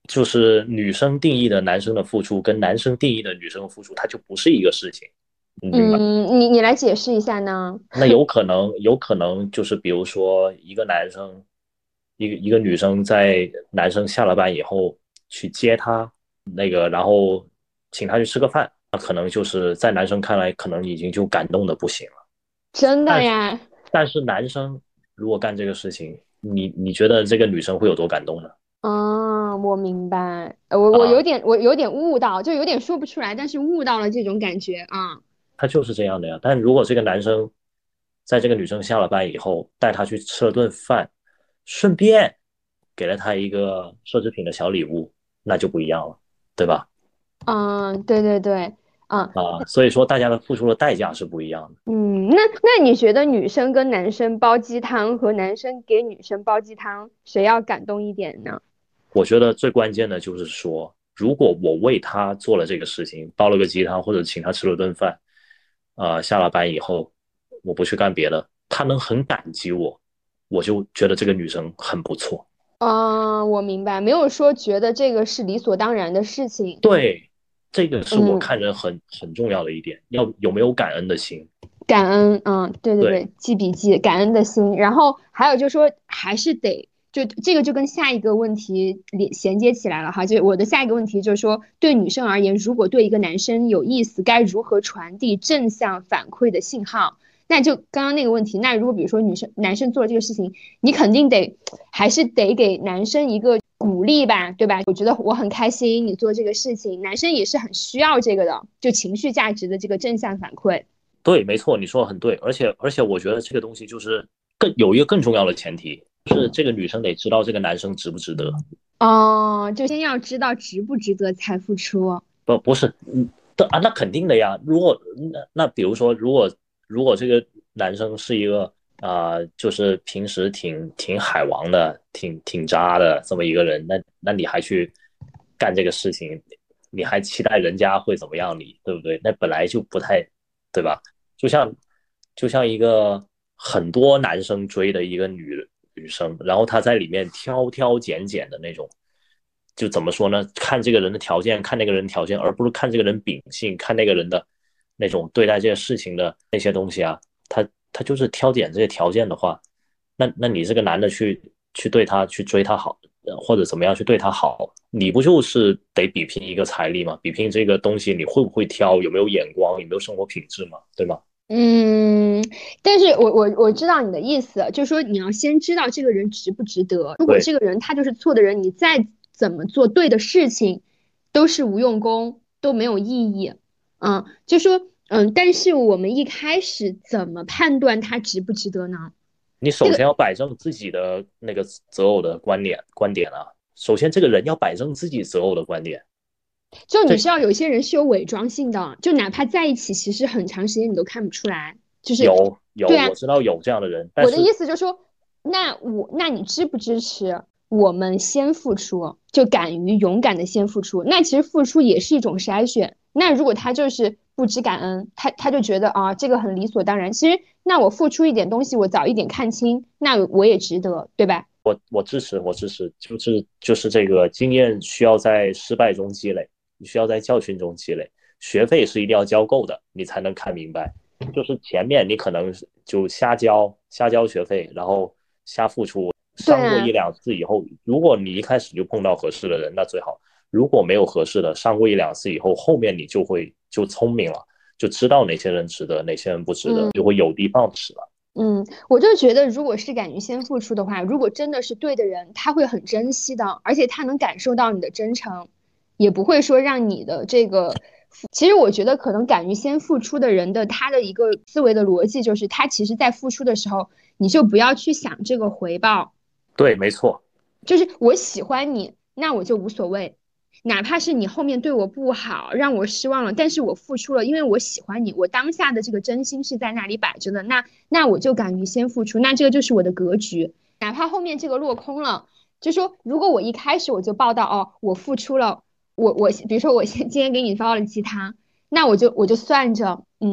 就是女生定义的男生的付出跟男生定义的女生的付出，它就不是一个事情，你明白？ 嗯，你你来解释一下呢？ 那有可能，有可能就是比如说一个男生，一个一个女生在男生下了班以后去接他，那个然后请他去吃个饭，那可能就是在男生看来可能已经就感动的不行了。 真的但是呀？ 但是男生如果干这个事情，你你觉得这个女生会有多感动呢？ 嗯，我明白，呃我我有啊， 点我有点悟到，就有点说不出来，但是悟到了这种感觉啊。 他就是这样的呀。但如果这个男生在这个女生下了班以后带她去吃了顿饭，顺便给了她一个奢侈品的小礼物，那就不一样了，对吧？ 嗯，对对对，嗯啊，所以说大家的付出的代价是不一样的。 嗯，那那你觉得女生跟男生煲鸡汤和男生给女生煲鸡汤，谁要感动一点呢？ 我觉得最关键的就是说，如果我为他做了这个事情，煲了个鸡汤或者请他吃了顿饭，啊、呃下了班以后我不去干别的，他能很感激我，我就觉得这个女生很不错。 嗯，我明白，没有说觉得这个是理所当然的事情。 对，这个是我嗯， 看人很很重要的一点，要有没有感恩的心。 感恩，嗯，对对对对，记笔记，感恩的心。然后还有就是说，还是得就这个就跟下一个问题连衔接起来了哈。就我的下一个问题就是说，对女生而言，如果对一个男生有意思，该如何传递正向反馈的信号？那就刚刚那个问题，那如果比如说女生男生做了这个事情，你肯定得还是得给男生一个鼓励吧，对吧？我觉得我很开心你做这个事情，男生也是很需要这个的，就情绪价值的这个正向反馈。 对，没错，你说的很对，而且而且我觉得这个东西就是更有一个更重要的前提，是这个女生得知道这个男生值不值得。 哦，就先要知道值不值得才付出。 不不是，嗯的啊，那肯定的呀。如果那那比如说，如果如果这个男生是一个啊、呃就是平时挺挺海王的，挺挺渣的这么一个人，那那你还去干这个事情，你还期待人家会怎么样你，对不对？那本来就不太，对吧？就像就像一个很多男生追的一个女女生，然后她在里面挑挑拣拣的那种。就怎么说呢？看这个人的条件，看那个人条件，而不是看这个人秉性，看那个人的那种对待这些事情的那些东西啊。他他就是挑拣这些条件的话，那那你这个男的去去对他去追他好，或者怎么样去对他好，你不就是得比拼一个财力吗？比拼这个东西你会不会挑，有没有眼光，有没有生活品质嘛，对吗？ 嗯，但是我我我知道你的意思，就是说你要先知道这个人值不值得。如果对这个人他就是错的人，你再怎么做对的事情，都是无用功，都没有意义。嗯，就说嗯，但是我们一开始怎么判断他值不值得呢？ 你首先要摆正自己的那个择偶的观点观点啊。首先，这个人要摆正自己择偶的观点。这就你知道有些人是有伪装性的，就哪怕在一起，其实很长时间你都看不出来。就是有有， 对啊， 我知道有这样的人，但我的是意思就是说，那我那你支不支持我们先付出，就敢于勇敢的先付出？那其实付出也是一种筛选。那如果他就是不知感恩，他他就觉得啊这个很理所当然，其实那我付出一点东西，我早一点看清，那我也值得，对吧？ 我我支持，我支持，就是就是这个经验需要在失败中积累，你需要在教训中积累，学费是一定要交够的，你才能看明白。就是前面你可能就瞎交瞎交学费，然后瞎付出， 对啊， 伤过一两次以后，如果你一开始就碰到合适的人，那最好；如果没有合适的，伤过一两次以后，后面你就会就聪明了，就知道哪些人值得，哪些人不值得， 嗯。 就会有的放矢了。 嗯，我就觉得，如果是敢于先付出的话，如果真的是对的人，他会很珍惜的，而且他能感受到你的真诚，也不会说让你的这个。其实我觉得，可能敢于先付出的人的他的一个思维的逻辑就是，他其实在付出的时候，你就不要去想这个回报， 对，没错。 就是我喜欢你，那我就无所谓，哪怕是你后面对我不好，让我失望了，但是我付出了，因为我喜欢你，我当下的这个真心是在那里摆着的，那那我就敢于先付出，那这个就是我的格局，哪怕后面这个落空了，就说如果我一开始我就报道哦，我付出了，我我比如说我先今天给你煲了鸡汤，那我就我就算着，嗯。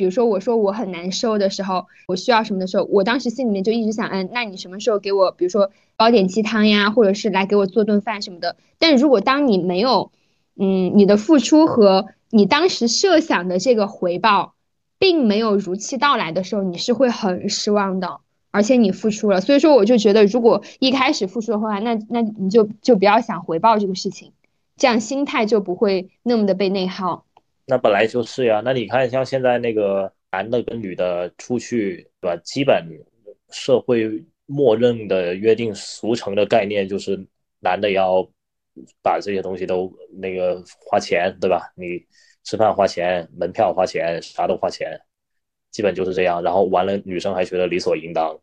比如说我说我很难受的时候，我需要什么的时候，我当时心里面就一直想，嗯，那你什么时候给我，比如说煲点鸡汤呀，或者是来给我做顿饭什么的。但如果当你没有，嗯，你的付出和你当时设想的这个回报，并没有如期到来的时候，你是会很失望的。而且你付出了，所以说我就觉得，如果一开始付出的话，那那你就就不要想回报这个事情，这样心态就不会那么的被内耗。 那本来就是呀。那你看，像现在那个男的跟女的出去，对吧？基本社会默认的约定俗成的概念就是男的要把这些东西都那个花钱，对吧？你吃饭花钱，门票花钱，啥都花钱，基本就是这样。然后完了，女生还觉得理所应当。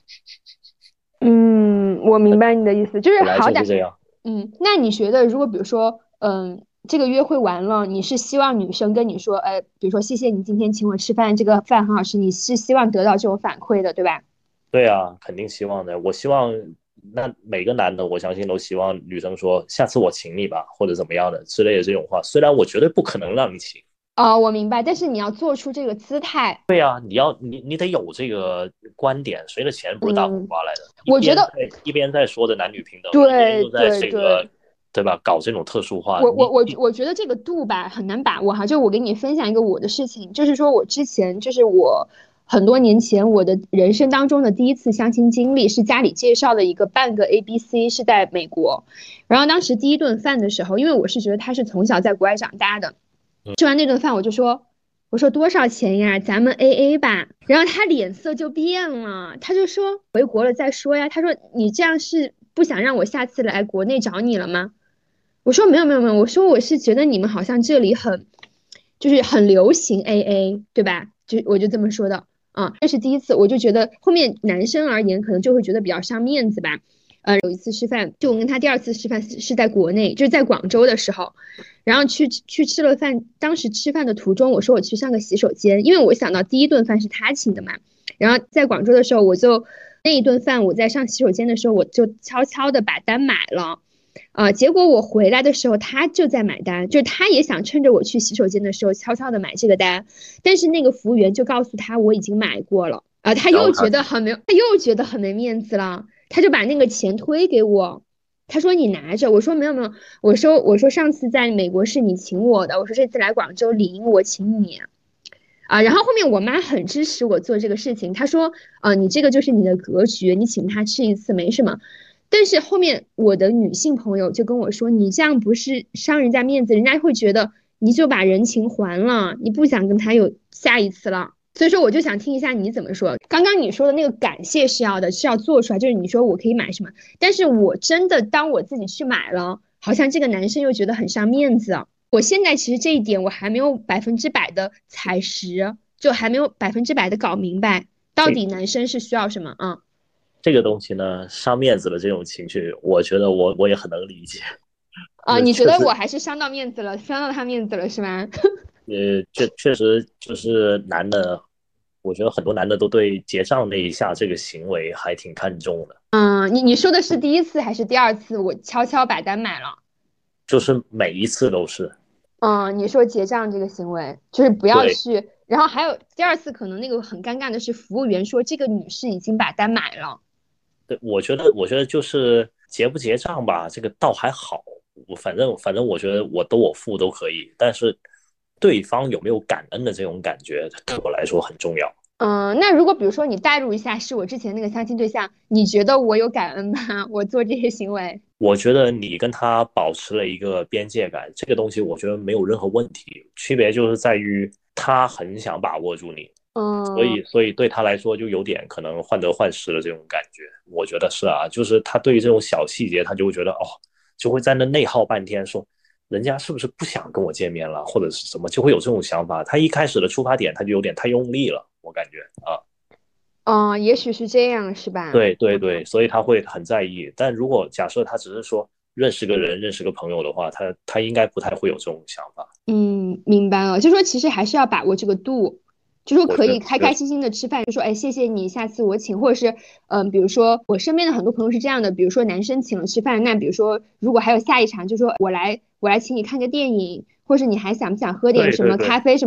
嗯，我明白你的意思，就是本来好歹， 就是这样。 嗯，那你觉得如果比如说，嗯，这个约会完了，你是希望女生跟你说，哎，比如说谢谢你今天请我吃饭，这个饭很好吃，你是希望得到这种反馈的，对吧？ 对啊，肯定希望的。我希望，那每个男的，我相信都希望女生说下次我请你吧，或者怎么样的之类的这种话。虽然我绝对不可能让你请。 哦，我明白，但是你要做出这个姿态。 对啊，你要你你得有这个观点，谁的钱不是大红嗯， 花来的？一我觉得边在一边在说着男女平等，一边对又在对对， 这个，对吧？搞这种特殊化， 我我你你我我觉得这个度吧很难把握哈，就我给你分享一个我的事情，就是说我之前就是我很多年前我的人生当中的第一次相亲经历是家里介绍的一个半个 A B C 是在美国，然后当时第一顿饭的时候，因为我是觉得他是从小在国外长大的，吃完那顿饭我就说我说多少钱呀，咱们 A A 吧，然后他脸色就变了，他就说回国了再说呀，他说你这样是不想让我下次来国内找你了吗？我说没有没有没有，我说我是觉得你们好像这里很，就是很流行 A A，对吧？就我就这么说的啊。这是第一次，我就觉得后面男生而言可能就会觉得比较伤面子吧。呃，有一次吃饭，就我跟他第二次吃饭是是在国内，就是在广州的时候，然后去去吃了饭。当时吃饭的途中，我说我去上个洗手间，因为我想到第一顿饭是他请的嘛。然后在广州的时候，我就那一顿饭我在上洗手间的时候，我就悄悄的把单买了。啊、呃，结果我回来的时候，他就在买单，就是他也想趁着我去洗手间的时候悄悄的买这个单，但是那个服务员就告诉他我已经买过了，啊、呃，他又觉得很没，他又觉得很没面子了，他就把那个钱推给我，他说你拿着，我说没有没有，我说我说上次在美国是你请我的，我说这次来广州理应我请你。啊，然后后面我妈很支持我做这个事情，她说，啊，你这个就是你的格局，你请他吃一次没什么。但是后面我的女性朋友就跟我说，你这样不是伤人家面子，人家会觉得你就把人情还了，你不想跟他有下一次了。所以说我就想听一下你怎么说。刚刚你说的那个感谢是要的，是要做出来，就是你说我可以买什么，但是我真的当我自己去买了，好像这个男生又觉得很伤面子。我现在其实这一点我还没有百分之百的踩实，就还没有百分之百的搞明白，到底男生是需要什么啊？ 这个东西呢，伤面子的这种情绪，我觉得我我也很能理解。 啊，你觉得我还是伤到面子了，伤到他面子了是吗？ 呃，确确实就是男的，我觉得很多男的都对结账那一下这个行为还挺看重的。 嗯，你你说的是第一次还是第二次？我悄悄把单买了。 就是每一次都是。 嗯，你说结账这个行为，就是不要去。然后还有第二次，可能那个很尴尬的是，服务员说这个女士已经把单买了。 对，我觉得，我觉得就是结不结账吧，这个倒还好。我反正反正我觉得我都我付都可以，但是对方有没有感恩的这种感觉，对我来说很重要。 嗯，那如果比如说你代入一下，是我之前那个相亲对象，你觉得我有感恩吗？我做这些行为？ 我觉得你跟他保持了一个边界感，这个东西我觉得没有任何问题，区别就是在于他很想把握住你。 嗯， 所以所以对他来说就有点可能患得患失的这种感觉，我觉得是啊，就是他对于这种小细节，他就会觉得哦，就会在那内耗半天，说人家是不是不想跟我见面了，或者是什么，就会有这种想法。他一开始的出发点他就有点太用力了，我感觉啊。 哦，也许是这样，是吧？ 对对对，所以他会很在意。但如果假设他只是说认识个人、认识个朋友的话，他他应该不太会有这种想法。 嗯，明白了。就说其实还是要把握这个度，就说可以开开心心的吃饭，就说哎谢谢你，下次我请，或者是嗯、呃，比如说我身边的很多朋友是这样的，比如说男生请了吃饭，那比如说如果还有下一场，就说我来我来请你看个电影，或是你还想不想喝点什么咖啡什么的。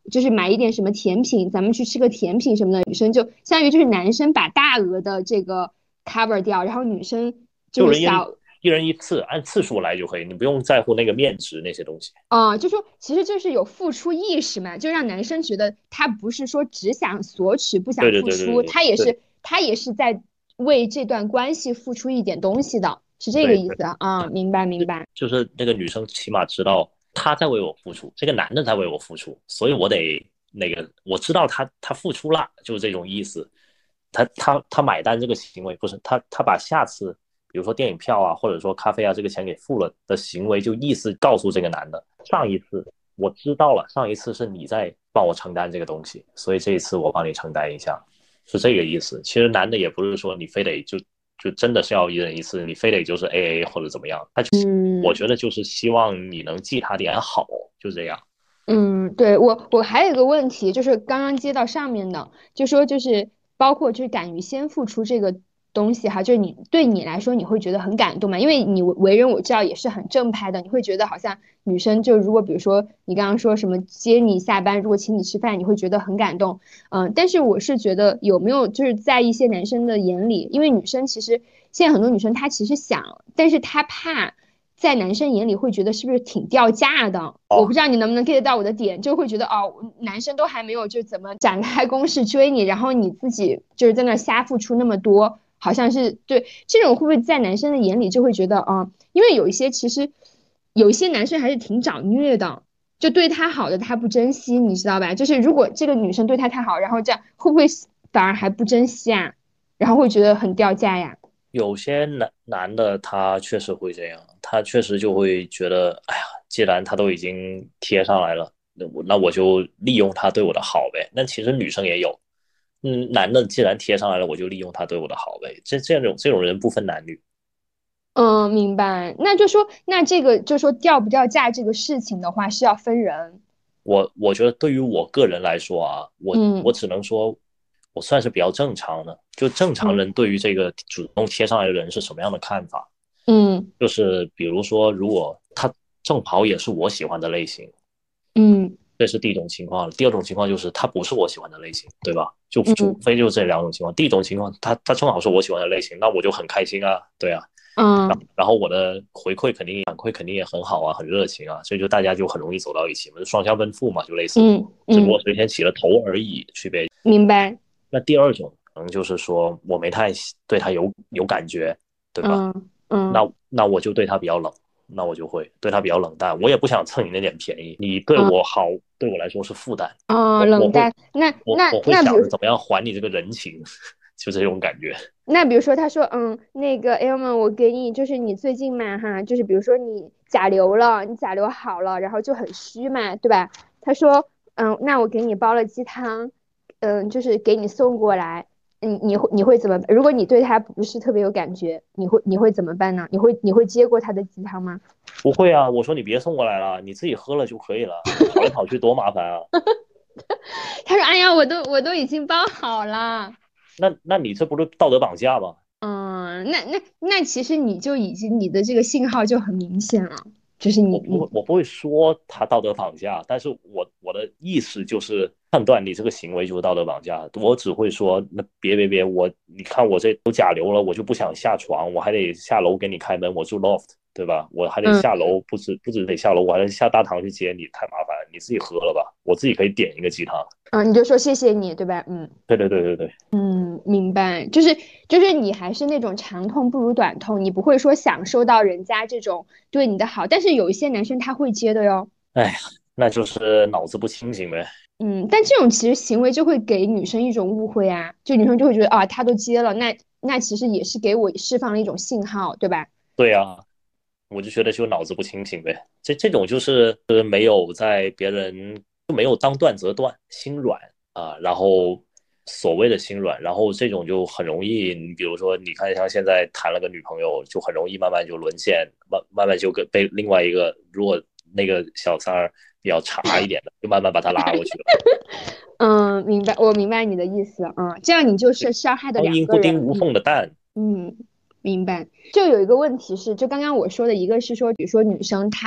就是买一点什么甜品，咱们去吃个甜品什么的，女生就相当于就是男生把大额的这个 cover 掉，然后女生就就是一人小。 一人一次，按次数来就可以，你不用在乎那个面值那些东西。 啊、就说其实就是有付出意识嘛，就让男生觉得他不是说只想索取不想对对付出， 对对对对他也是他也是在为这段关系付出一点东西的，是这个对对， 意思啊。啊明白明白。 就是那个女生起码知道她在为我付出，这个男的在为我付出，所以我得那个我知道他他付出了，就是这种意思。他他他买单这个行为不是他他把下次比如说电影票啊或者说咖啡啊这个钱给付了的行为，就意思告诉这个男的，上一次我知道了，上一次是你在帮我承担这个东西，所以这一次我帮你承担一下，是这个意思。其实男的也不是说你非得就就真的是要一人一次，你非得就是 A A 或者怎么样，他就、 嗯、 我觉得就是希望你能记他点好，就这样。 嗯，对，我我还有一个问题，就是刚刚接到上面的，就说就是包括就是敢于先付出这个东西哈，就是你对你来说你会觉得很感动嘛？因为你为人我知道也是很正派的，你会觉得好像女生就如果比如说你刚刚说什么接你下班，如果请你吃饭，你会觉得很感动。嗯，但是我是觉得有没有就是在一些男生的眼里，因为女生其实现在很多女生她其实想，但是她怕。在男生眼里会觉得是不是挺掉价的？ 哦我不知道你能不能 get 到我的点，就会觉得哦，男生都还没有就怎么展开攻势追你，然后你自己就是在那瞎付出那么多，好像是对这种会不会在男生的眼里就会觉得啊、嗯因为有一些其实有一些男生还是挺找虐的，就对他好的他不珍惜，你知道吧？就是如果这个女生对他太好，然后这样会不会反而还不珍惜啊？然后会觉得很掉价呀？ 有些男男的他确实会这样，他确实就会觉得，哎呀，既然他都已经贴上来了，那我那我就利用他对我的好呗。那其实女生也有，嗯，男的既然贴上来了，我就利用他对我的好呗。这这种这种人不分男女。 嗯，明白。那就说，那这个就说掉不掉价这个事情的话，是要分人。 我我觉得对于我个人来说啊，我我嗯只能说，我算是比较正常的。就正常嗯人对于这个主动贴上来的人是什么样的看法？ 嗯就是比如说，如果他正好也是我喜欢的类型， 嗯这是第一种情况。第二种情况就是他不是我喜欢的类型，对吧？就除嗯非就这两种情况。第一种情况，他他正好是我喜欢的类型，那我就很开心啊，对啊。然后嗯然后我的回馈肯定反馈肯定也很好啊，很热情啊，所以就大家就很容易走到一起嘛，就双向奔赴嘛，就类似， 嗯只不过嗯， 谁先起了头而已，区别。 明白。 那第二种可能就是说我没太对他有有感觉，对吧？ 嗯嗯那那我就对他比较冷，那我就会对他比较冷淡，我也不想蹭你那点便宜，你对嗯我好对我来说是负担， 哦， 我我会冷淡。那那我我会那比如想着怎么样还你这个人情，就这种感觉。 那比如说，他说，嗯，那个 e l m a n 我给你，就是你最近嘛，哈，就是比如说你甲流了，你甲流好了，然后就很虚嘛，对吧？他说，嗯，那我给你煲了鸡汤，嗯，就是给你送过来，嗯，你会你会怎么？如果你对他不是特别有感觉，你会你会怎么办呢？你会你会接过他的鸡汤吗？ 不会啊，我说你别送过来了，你自己喝了就可以了，跑来跑去多麻烦啊。 他说，哎呀，我都我都已经煲好了。 那那你这不是道德绑架吗？ 嗯，那那那其实你就已经你的这个信号就很明显了，就是你我不会， 你我不会说他道德绑架，但是我我的意思就是判断你这个行为就是道德绑架。我只会说，那别别别，我你看我这都甲流了，我就不想下床，我还得下楼给你开门，我住 loft，对吧？我还得嗯下楼，不止不止得下楼，我还得下大堂去接你，太麻烦了，你自己喝了吧，我自己可以点一个鸡汤。 嗯，你就说谢谢你，对吧？嗯对对对对对， 嗯，明白，就是就是你还是那种长痛不如短痛，你不会说享受到人家这种对你的好，但是有一些男生他会接的哟。 哎呀，那就是脑子不清醒呗。 嗯，但这种其实行为就会给女生一种误会啊，就女生就会觉得啊，他都接了，那那其实也是给我释放了一种信号，对吧？ 对呀，我就觉得就脑子不清醒呗。这这种就是呃没有在别人就没有当断则断，心软啊，然后所谓的心软，然后这种就很容易，你比如说你看像现在谈了个女朋友，就很容易慢慢就沦陷，慢慢慢就跟被另外一个如果那个小三儿比较差一点的，就慢慢把他拉过去了。 嗯，明白，我明白你的意思啊，嗯这样你就是伤害的苍蝇不两个人。 叮无缝的蛋。 嗯，明白。就有一个问题是，就刚刚我说的，一个是说，比如说女生她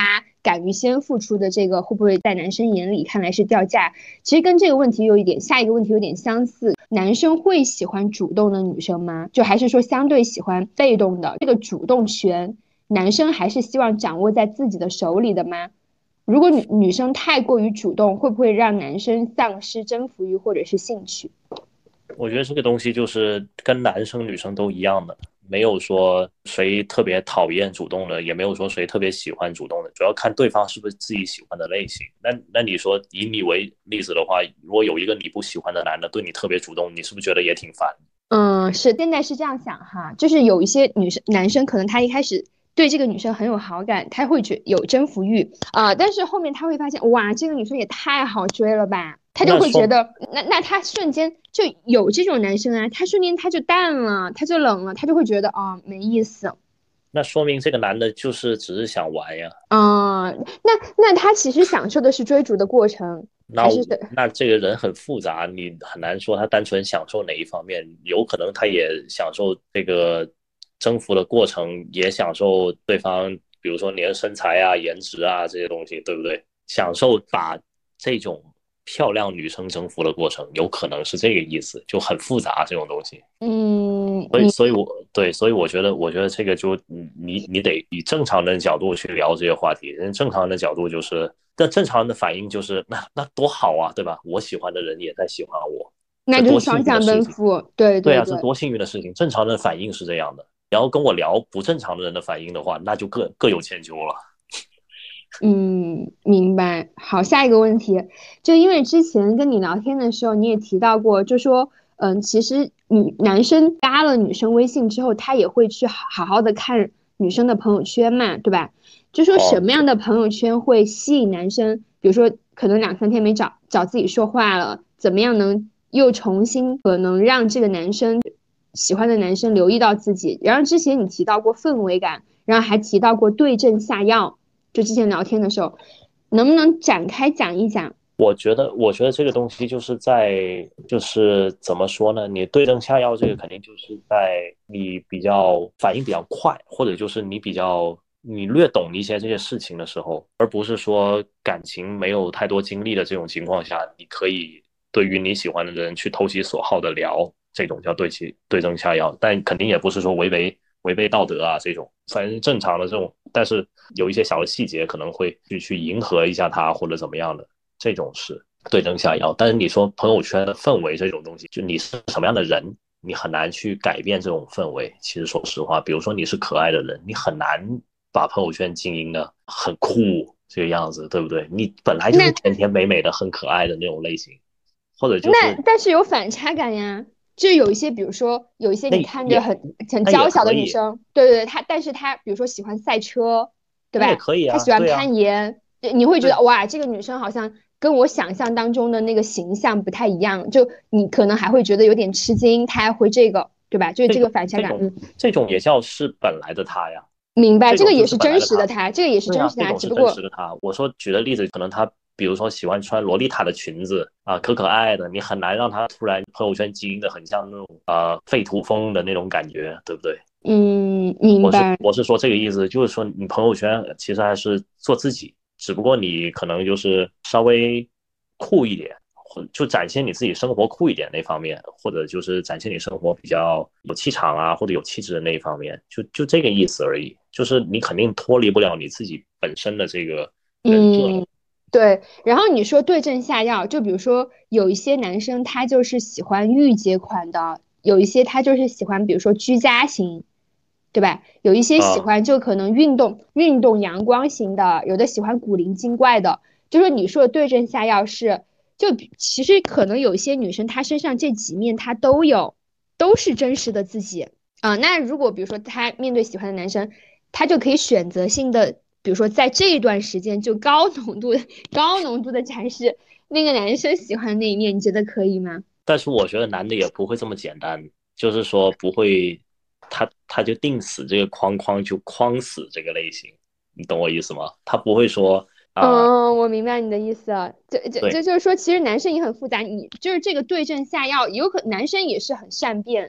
敢于先付出的这个会不会在男生眼里看来是掉价？其实跟这个问题有一点，下一个问题有点相似。男生会喜欢主动的女生吗？就还是说相对喜欢被动的？这个主动权，男生还是希望掌握在自己的手里的吗？如果女女生太过于主动，会不会让男生丧失征服欲或者是兴趣？ 我觉得这个东西就是跟男生女生都一样的，没有说谁特别讨厌主动的，也没有说谁特别喜欢主动的，主要看对方是不是自己喜欢的类型。那那你说以你为例子的话，如果有一个你不喜欢的男的对你特别主动，你是不是觉得也挺烦？ 嗯，是，现在是这样想哈，就是有一些女生男生可能他一开始对这个女生很有好感，他会觉有征服欲啊、呃但是后面他会发现，哇，这个女生也太好追了吧，他就会觉得，那那他瞬间就有这种男生啊，他瞬间他就淡了，他就冷了，他就会觉得啊、没意思。 那说明这个男的就是只是想玩呀。 啊、那那他其实享受的是追逐的过程， 那还是那这个人很复杂，你很难说他单纯享受哪一方面，有可能他也享受这个征服的过程，也享受对方，比如说你的身材啊、颜值啊这些东西，对不对？享受把这种漂亮女生征服的过程，有可能是这个意思，就很复杂这种东西。 嗯， 所以，所以我对，所以我觉得，我觉得这个就你你你得以正常人的角度去聊这些话题。人正常人的角度就是，但正常人的反应就是，那那多好啊，对吧？我喜欢的人也在喜欢我， 那就是这多幸双向运的事情。 奔赴，对对啊， 对对。 这多幸运的事情。正常人的反应是这样的，然后跟我聊不正常的人的反应的话，那就各各有千秋了。 嗯，明白。好，下一个问题，就因为之前跟你聊天的时候，你也提到过，就说，嗯，其实女男生加了女生微信之后，他也会去好好好的看女生的朋友圈嘛，对吧？就说什哦， 么样的朋友圈会吸引男生？比如说，可能两三天没找找自己说话了，怎么样能又重新可能让这个男生喜欢的男生留意到自己？然后之前你提到过氛围感，然后还提到过对症下药。就之前聊天的时候，能不能展开讲一讲？ 我觉得，我觉得这个东西就是在，就是怎么说呢？你对症下药，这个肯定就是在你比较反应比较快，或者就是你比较你略懂一些这些事情的时候，而不是说感情没有太多经历的这种情况下，你可以对于你喜欢的人去投其所好的聊，这种叫对其对症下药，但肯定也不是说违背违背道德啊这种，反正正常的这种，但是有一些小的细节可能会去去迎合一下他或者怎么样的。这种是对症下药。但是你说朋友圈的氛围这种东西，就你是什么样的人，你很难去改变这种氛围。其实说实话，比如说你是可爱的人，你很难把朋友圈经营的很酷这个样子，对不对？你本来就是那甜甜美美的、很可爱的那种类型，或者就那是但是有反差感呀，就有一些，比如说有一些那你看着也很很那也娇小的可以， 女生，对对对，她但是她比如说喜欢赛车，对那也吧？ 可以啊， 她喜欢对啊， 攀岩，对你会觉对得哇，这个女生好像跟我想象当中的那个形象不太一样，就你可能还会觉得有点吃惊，她还会这个，对吧？就是这种这个反差感， 这种嗯。 这种也叫是本来的他呀。 明白， 这种就是这个也是本来的他。 真实的他，这个也是对啊， 真实的他， 这种是真实只不过， 的他。我说举的例子，可能他比如说喜欢穿洛丽塔的裙子啊，可可爱的，你很难让他突然朋友圈经营的很像那种呃废土风的那种感觉，对不对？ 嗯，明我是白， 我是说这个意思，就是说你朋友圈其实还是做自己，只不过你可能就是稍微酷一点，或就展现你自己生活酷一点那方面，或者就是展现你生活比较有气场啊，或者有气质的那一方面，就就这个意思而已。就是你肯定脱离不了你自己本身的这个人设的。 嗯，对。然后你说对症下药，就比如说有一些男生他就是喜欢御姐款的，有一些他就是喜欢，比如说居家型，对吧？有一些喜啊， 欢就可能运动运动阳光型的，有的喜欢古灵精怪的。就是你说的对症下药是，就比其实可能有一些女生她身上这几面她都有，都是真实的自己啊。那如果比如说她面对喜欢的男生，她就可以选择性的，比如说在这一段时间就高浓度的高浓度的展示那个男生喜欢的那一面，你觉得可以吗？ 但是我觉得男的也不会这么简单，就是说不会，他他就定死这个框框就框死这个类型，你懂我意思吗？他不会说啊、呃嗯，我明白你的意思了，就就对， 就就是说，其实男生也很复杂，你就是这个对症下药，有可男生也是很善变，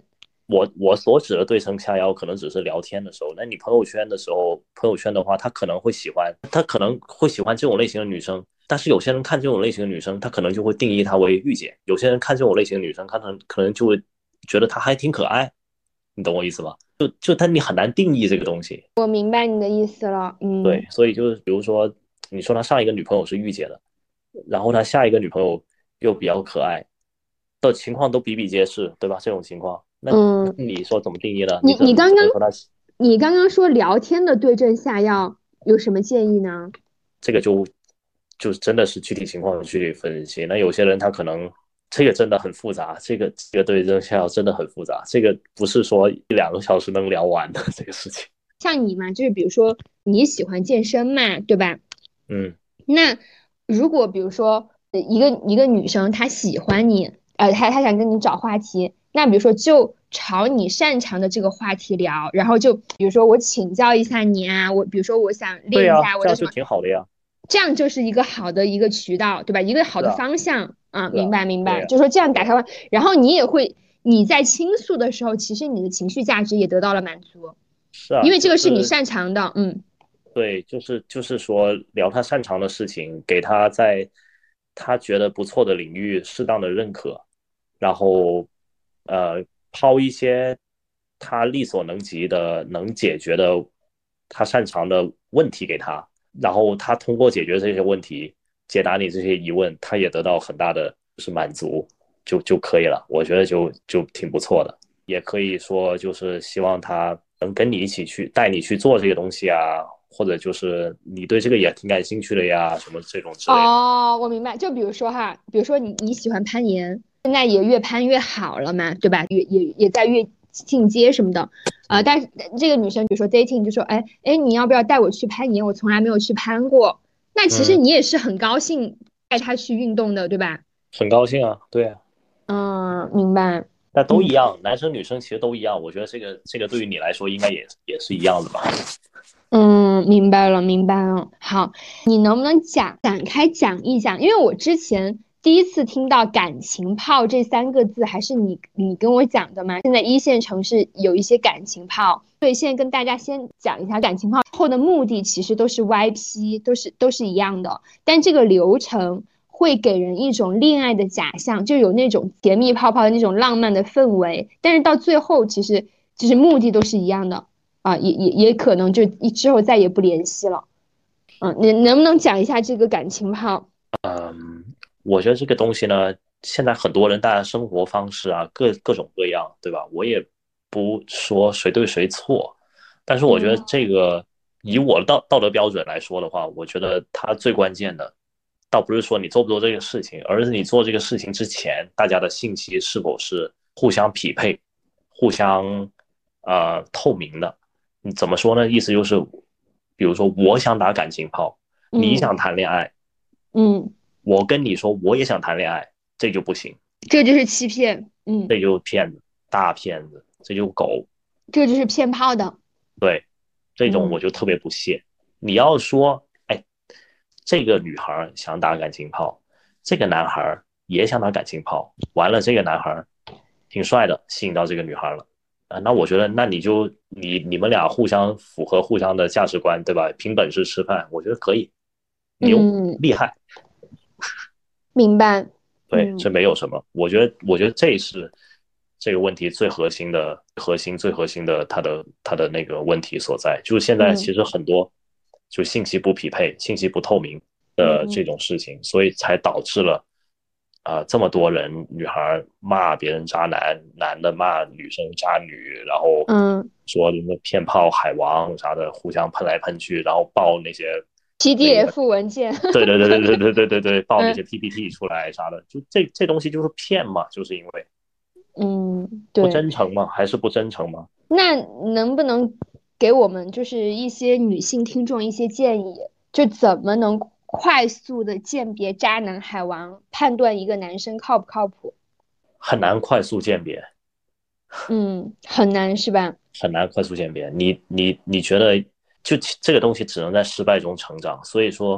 我我所指的对症下药，可能只是聊天的时候。那你朋友圈的时候，朋友圈的话，他可能会喜欢，他可能会喜欢这种类型的女生。但是有些人看这种类型的女生，他可能就会定义她为御姐；有些人看这种类型的女生，他可能可能就会觉得她还挺可爱。你懂我意思吗？就就但你很难定义这个东西。 我明白你的意思了， 对， 嗯所以就是比如说，你说他上一个女朋友是御姐的，然后他下一个女朋友又比较可爱的情况都比比皆是，对吧？这种情况，那嗯， 你说怎么定义呢？你你怎你刚刚么只能说他你刚刚说聊天的对症下药，有什么建议呢？ 这个就就真的是具体情况具体分析。那有些人他可能这个真的很复杂，这个这个对症下药真的很复杂，这个不是说一两个小时能聊完的这个事情。 像你嘛，就是比如说你喜欢健身嘛，对吧？ 嗯， 那如果比如说呃一个一个女生她喜欢你，呃，她她想跟你找话题，那比如说就朝你擅长的这个话题聊，然后就比如说我请教一下你啊，我比如说我想练一对呀，这样就下我的什么， 挺好的呀。 这样就是一个好的一个渠道，对吧？一个好的是啊， 方向啊， 是啊， 明白明白， 对呀， 就说这样打对呀， 开话，然后你也会你在倾诉的时候，其实你的情绪价值也得到了满足， 是啊， 因为这个是你就是擅长的，嗯。 对，就是就是说聊他擅长的事情，给他在他觉得不错的领域适当的认可，然后呃抛一些他力所能及的、能解决的他擅长的问题给他，然后他通过解决这些问题，解答你这些疑问，他也得到很大的就是满足，就就可以了。我觉得就就挺不错的。也可以说就是希望他能跟你一起去带你去做这个东西啊，或者就是你对这个也挺感兴趣的呀，什么这种之类的。 哦，我明白。就比如说哈，比如说你你喜欢攀岩，现在也越攀越好了嘛，对吧？也也也在越进阶什么的。呃， 嗯， 但是这个女生，比如说 dating 就说，哎哎，你要不要带我去攀岩？我从来没有去攀过。那其实嗯， 你也是很高兴带她去运动的，对吧？ 很高兴啊，对啊， 嗯，明白。 但都嗯一样，男生女生其实都一样。我觉得这个这个对于你来说应该也也是一样的吧。 嗯，明白了，明白了。好，你能不能讲展开讲一讲？因为我之前第一次听到"感情炮"这三个字，还是你你跟我讲的嘛。现在一线城市有一些感情炮，所以现在跟大家先讲一下感情炮后的目的，其实都是 Y P，都是都是一样的。但这个流程会给人一种恋爱的假象，就有那种甜蜜泡泡的那种浪漫的氛围，但是到最后，其实其实目的都是一样的。啊，也也也可能就一之后再也不联系了。嗯，你能不能讲一下这个感情炮？ 嗯，我觉得这个东西呢，现在很多人大家生活方式啊，各各种各样，对吧？我也不说谁对谁错，但是我觉得嗯这个以我的道道德标准来说的话，我觉得它最关键的，倒不是说你做不做这个事情，而是你做这个事情之前，大家的信息是否是互相匹配、互相呃透明的。你怎么说呢？意思就是，比如说我想打感情炮，你嗯想谈恋爱。 嗯， 我跟你说我也想谈恋爱，这就不行， 这就是欺骗，嗯， 这就骗子，大骗子，这就狗。 这就是骗炮的， 对，这种我嗯就特别不屑。你要说，哎，这个女孩想打感情炮，这个男孩也想打感情炮，完了这个男孩挺帅的，吸引到这个女孩了。啊，那我觉得，那你就你你们俩互相符合互相的价值观，对吧？凭本事吃饭，我觉得可以，牛， 嗯， 厉害。 明白， 对，这嗯没有什么。我觉得，我觉得这是这个问题最核心的、核心、最核心的它的它的那个问题所在，就是现在嗯其实很多就信息不匹配、信息不透明的这嗯， 种事情，所以才导致了啊、呃这么多人女孩骂别人渣男，男的骂女生渣女，然后嗯说什么骗炮、海王啥的，互相喷来喷去，然后爆那些。那个。 ，P D F 文件， 对对对对对对对对对，报那些嗯 P P T 出来啥的，就这这东西就是骗嘛，就是因为嗯， 不对。 真诚嘛，还是不真诚嘛？ 那能不能给我们就是一些女性听众一些建议，就怎么能快速的鉴别渣男海王，判断一个男生靠不靠谱？ 很难快速鉴别， 嗯，很难是吧？ 很难快速鉴别。你你你觉得就这个东西只能在失败中成长，所以说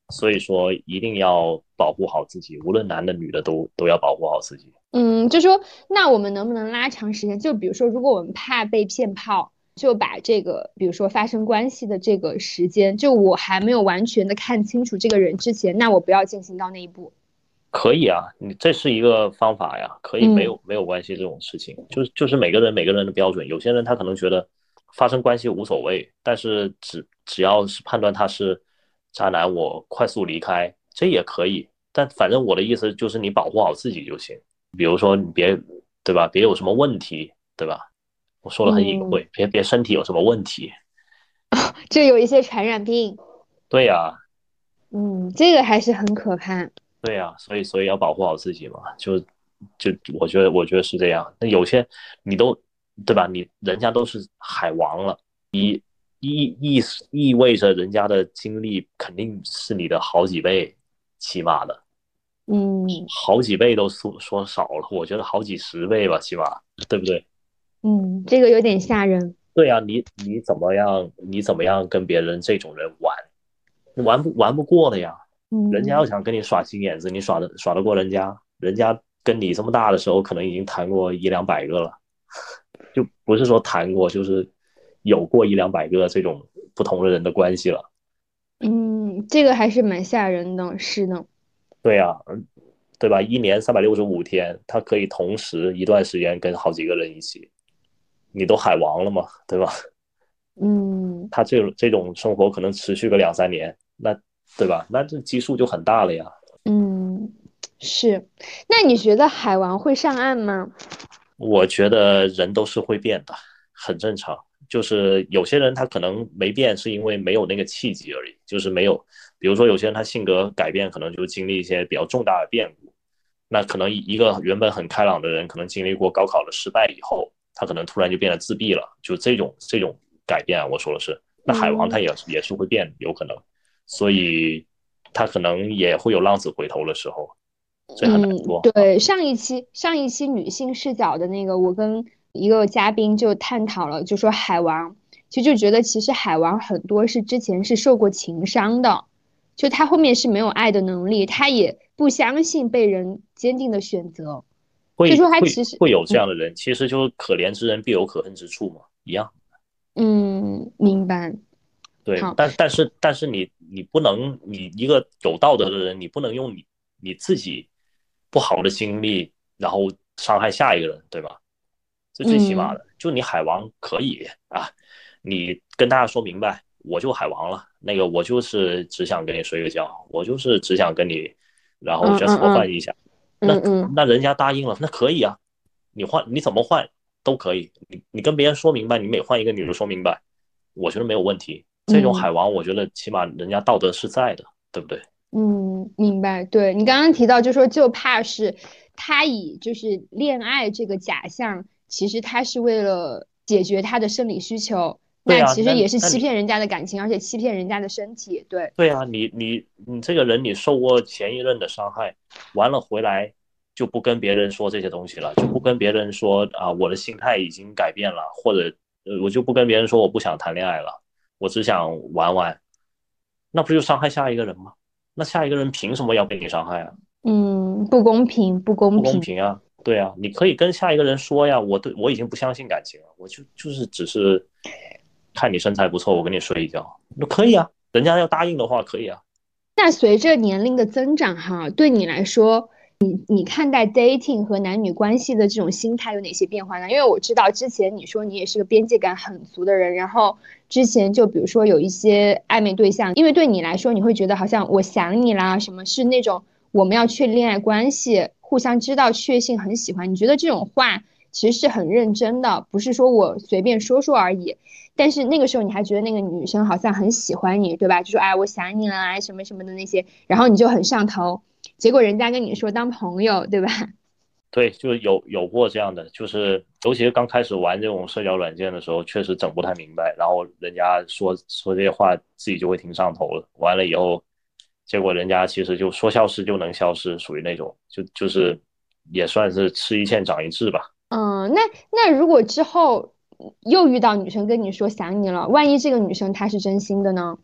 所以说一定要保护好自己，无论男的女的都都要保护好自己。 嗯，就说那我们能不能拉长时间？就比如说，如果我们怕被骗炮，就把这个，比如说发生关系的这个时间，就我还没有完全的看清楚这个人之前，那我不要进行到那一步。 可以啊，你这是一个方法呀，可以没嗯有没有关系这种事情，就是就是每个人每个人的标准，有些人他可能觉得发生关系无所谓，但是只只要是判断他是渣男，我快速离开，这也可以。但反正我的意思就是你保护好自己就行，比如说你别对吧，别有什么问题，对吧？我说的很隐嗯， 晦，别别身体有什么问题， 就有一些传染病， 对呀， 嗯，这个还是很可怕。 对呀，所以所以要保护好自己嘛，就就我觉得我觉得是这样。那有些你都对吧？你人家都是海王了，意意意味着人家的经历肯定是你的好几倍，起码的嗯好几倍都说说少了，我觉得好几十倍吧，起码对不对？ 嗯，这个有点吓人。 对呀，你你怎么样？你怎么样跟别人这种人玩？你玩不玩不过的呀？人家要嗯想跟你耍心眼子，你耍得耍得过人家？人家跟你这么大的时候，可能已经谈过一两百个了，就不是说谈过，就是有过一两百个这种不同的人的关系了。 嗯，这个还是蛮吓人的，是的。 对呀，嗯对吧？一年三百六十五天，他可以同时一段时间跟好几个人一起，你都海王了嘛，对吧？ 嗯他这种这种生活可能持续个两三年，那对吧？那这基数就很大了呀。 嗯，是。那你觉得海王会上岸吗？ 我觉得人都是会变的，很正常。就是有些人他可能没变，是因为没有那个契机而已，就是没有。比如说有些人他性格改变，可能就经历一些比较重大的变故。那可能一个原本很开朗的人，可能经历过高考的失败以后，他可能突然就变得自闭了。就这种这种改变啊，我说的是。那海王他嗯也也是会变，有可能，所以他可能也会有浪子回头的时候，这很难嗯， 说啊。 对，上一期上一期女性视角的那个，我跟一个嘉宾就探讨了，就说海王，其实就觉得其实海王很多是之前是受过情伤的，就他后面是没有爱的能力，他也不相信被人坚定的选择，所以会说他其实， 会会有这嗯样的人，其实就是可怜之人必有可恨之处嘛，一样。 嗯，明白， 对， 好， 但但是但是你你不能，你一个有道德的人，你不能用你你自己不好的经历，然后伤害下一个人，对吧？这最起码嗯的。就你海王可以啊，你跟大家说明白，我就海王了，那个我就是只想跟你睡个觉，我就是只想跟你，然后嗯 just 嗯 for 嗯 fun 一下，那嗯嗯那人家答应了，那可以啊，你换你怎么换都可以，你你跟别人说明白，你每换一个女的说明白，我觉得没有问题。这种海嗯。 王，我觉得起码人家道德是在的，对不对？ 嗯，明白。对你刚刚提到，就说就怕是他以就是恋爱这个假象，其实他是为了解决他的生理需求， 对啊， 那其实那那你也是欺骗人家的感情，而且欺骗人家的身体。对， 对啊，你你你这个人，你受过前一任的伤害，完了回来就不跟别人说这些东西了，就不跟别人说啊，我的心态已经改变了，或者呃，我就不跟别人说我不想谈恋爱了，我只想玩玩，那不就伤害下一个人吗？那下一个人凭什么要被你伤害啊？ 嗯，不公平，不公不公平。 平啊！对啊，你可以跟下一个人说呀，我对我已经不相信感情了，我就就是只是看你身材不错，我跟你睡一觉，那可以啊，人家要答应的话可以啊。 那随着年龄的增长，哈，对你来说，你你看待 dating 和男女关系的这种心态有哪些变化呢？因为我知道之前你说你也是个边界感很足的人，然后之前就比如说有一些暧昧对象，因为对你来说，你会觉得好像我想你啦，什么是那种我们要确立恋爱关系，互相知道确信很喜欢，你觉得这种话其实是很认真的，不是说我随便说说而已。但是那个时候你还觉得那个女生好像很喜欢你，对吧？就说哎，我想你了，哎，什么什么的那些，然后你就很上头，结果人家跟你说当朋友，对吧？ 对，就有有过这样的，就是尤其是刚开始玩这种社交软件的时候，确实整不太明白，然后人家说说这些话，自己就会挺上头了。完了以后，结果人家其实就说消失就能消失，属于那种，就就是也算是吃一堑长一智吧。 嗯，那那如果之后又遇到女生跟你说想你了，万一这个女生她是真心的呢？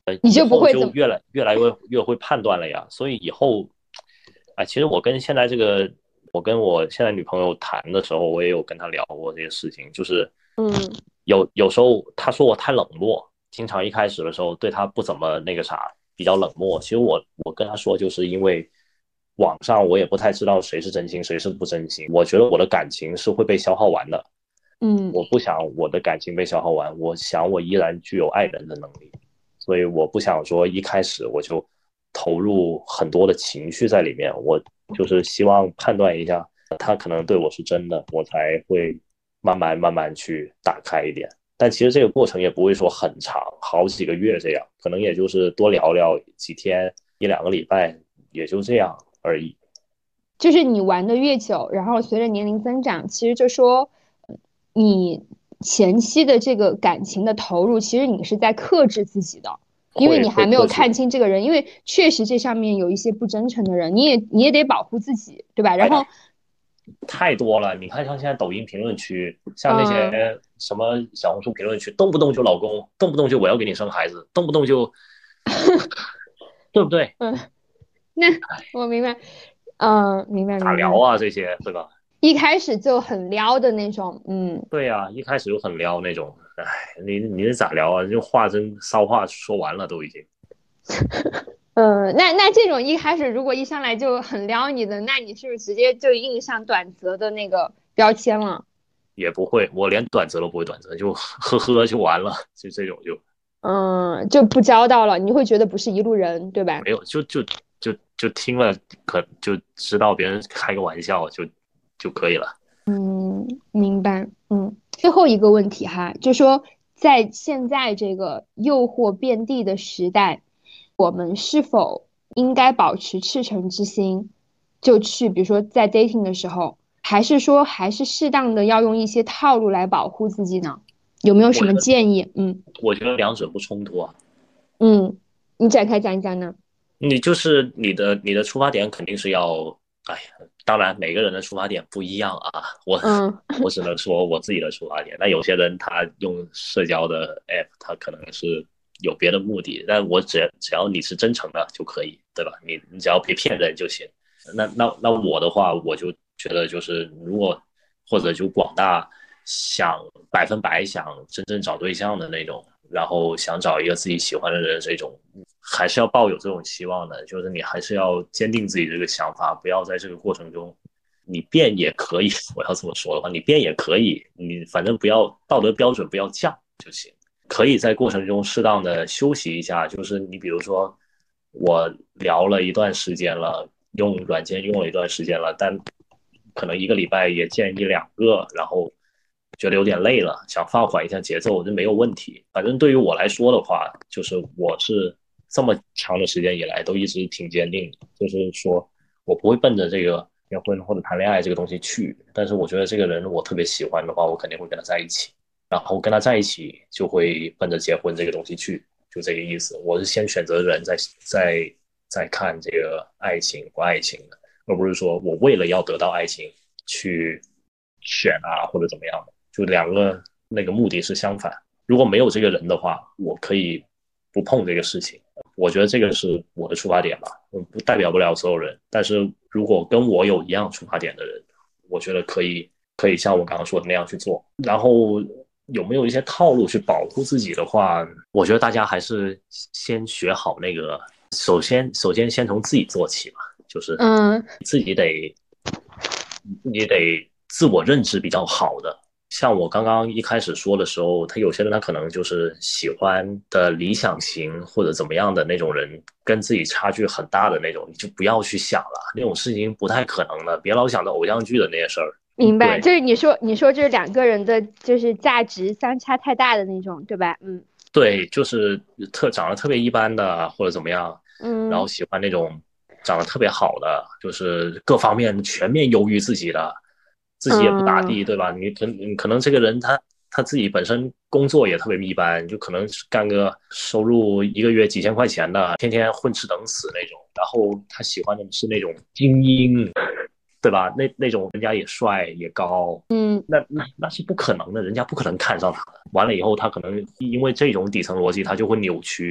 你就不会就越来越来越越会判断了呀。所以以后，哎，其实我跟现在这个，我跟我现在女朋友谈的时候，我也有跟她聊过这些事情，就是嗯， 有有时候她说我太冷漠，经常一开始的时候对她不怎么那个啥，比较冷漠。其实我我跟她说，就是因为网上我也不太知道谁是真心谁是不真心，我觉得我的感情是会被消耗完的。 嗯， 我不想我的感情被消耗完，我想我依然具有爱人的能力，所以我不想说一开始我就投入很多的情绪在里面，我就是希望判断一下他可能对我是真的，我才会慢慢慢慢去打开一点。但其实这个过程也不会说很长，好几个月这样，可能也就是多聊聊几天一两个礼拜，也就这样而已。 就是你玩的越久，然后随着年龄增长，其实就说你前期的这个感情的投入，其实你是在克制自己的，因为你还没有看清这个人，因为确实这上面有一些不真诚的人，你也你也得保护自己，对吧？然后太多了，你看像现在抖音评论区，像那些什么小红书评论区，动不动就老公，动不动就我要给你生孩子，动不动就，对不对？ 嗯，那我明白。嗯，明白明白。 咋聊啊这些，对吧？ 一开始就很撩的那种，嗯， 对呀、啊，一开始就很撩那种，哎，你你是咋聊啊？就话真骚话说完了都已经。 嗯，那那这种一开始如果一上来就很撩你的，那你是不是直接就印上短则的那个标签了？ 也不会，我连短则都不会短则，就呵呵就完了，就这种就。 嗯，就不交道了，你会觉得不是一路人，对吧？ 没有，就就就就听了，可就知道别人开个玩笑就就可以了。 嗯，明白。嗯，最后一个问题哈，就说在现在这个诱惑遍地的时代，我们是否应该保持赤诚之心，就去比如说在 dating 的时候，还是说还是适当的要用一些套路来保护自己呢？有没有什么建议？嗯， 我觉得两者不冲突啊。 嗯，你展开讲一讲呢？ 你就是你的你的出发点肯定是要，哎呀，当然每个人的出发点不一样啊，我、 嗯、 我只能说我自己的出发点。那有些人他用社交的 app，他可能是有别的目的，但我只只要你是真诚的就可以，对吧？你你只要别骗人就行。那那那我的话，我就觉得就是如果或者就广大想百分百想真正找对象的那种，然后想找一个自己喜欢的人这种。还是要抱有这种希望的，就是你还是要坚定自己这个想法，不要在这个过程中，你变也可以，我要这么说的话，你变也可以，你反正不要道德标准不要降就行，可以在过程中适当的休息一下，就是你比如说我聊了一段时间了，用软件用了一段时间了，但可能一个礼拜也见一两个，然后觉得有点累了，想放缓一下节奏，这没有问题。反正对于我来说的话，就是我是。这么长的时间以来都一直挺坚定的，就是说我不会奔着这个结婚或者谈恋爱这个东西去，但是我觉得这个人我特别喜欢的话，我肯定会跟他在一起，然后跟他在一起就会奔着结婚这个东西去，就这个意思。我是先选择人，再再再看这个爱情不爱情的，而不是说我为了要得到爱情去选啊或者怎么样的，就两个那个目的是相反。如果没有这个人的话，我可以不碰这个事情。我觉得这个是我的出发点吧，不代表不了所有人。但是如果跟我有一样出发点的人，我觉得可以可以像我刚刚说的那样去做。然后有没有一些套路去保护自己的话，我觉得大家还是先学好那个，首先首先先从自己做起嘛，就是嗯，自己得你得自我认知比较好的。像我刚刚一开始说的时候，他有些人他可能就是喜欢的理想型或者怎么样的那种人，跟自己差距很大的那种，你就不要去想了，那种事情不太可能的，别老想着偶像剧的那些事儿。 明白，就是你说你说这两个人的就是价值相差太大的那种，对吧？嗯， 对，就是特长得特别一般的或者怎么样， 嗯， 然后喜欢那种长得特别好的，就是各方面全面优于自己的。自己也不咋地，嗯、对吧？你可你可能这个人他他自己本身工作也特别一般，就可能干个收入一个月几千块钱的，天天混吃等死那种。然后他喜欢的是那种精英，对吧？那那种人家也帅也高，嗯，那那那是不可能的，人家不可能看上他的。完了以后，他可能因为这种底层逻辑，他就会扭曲，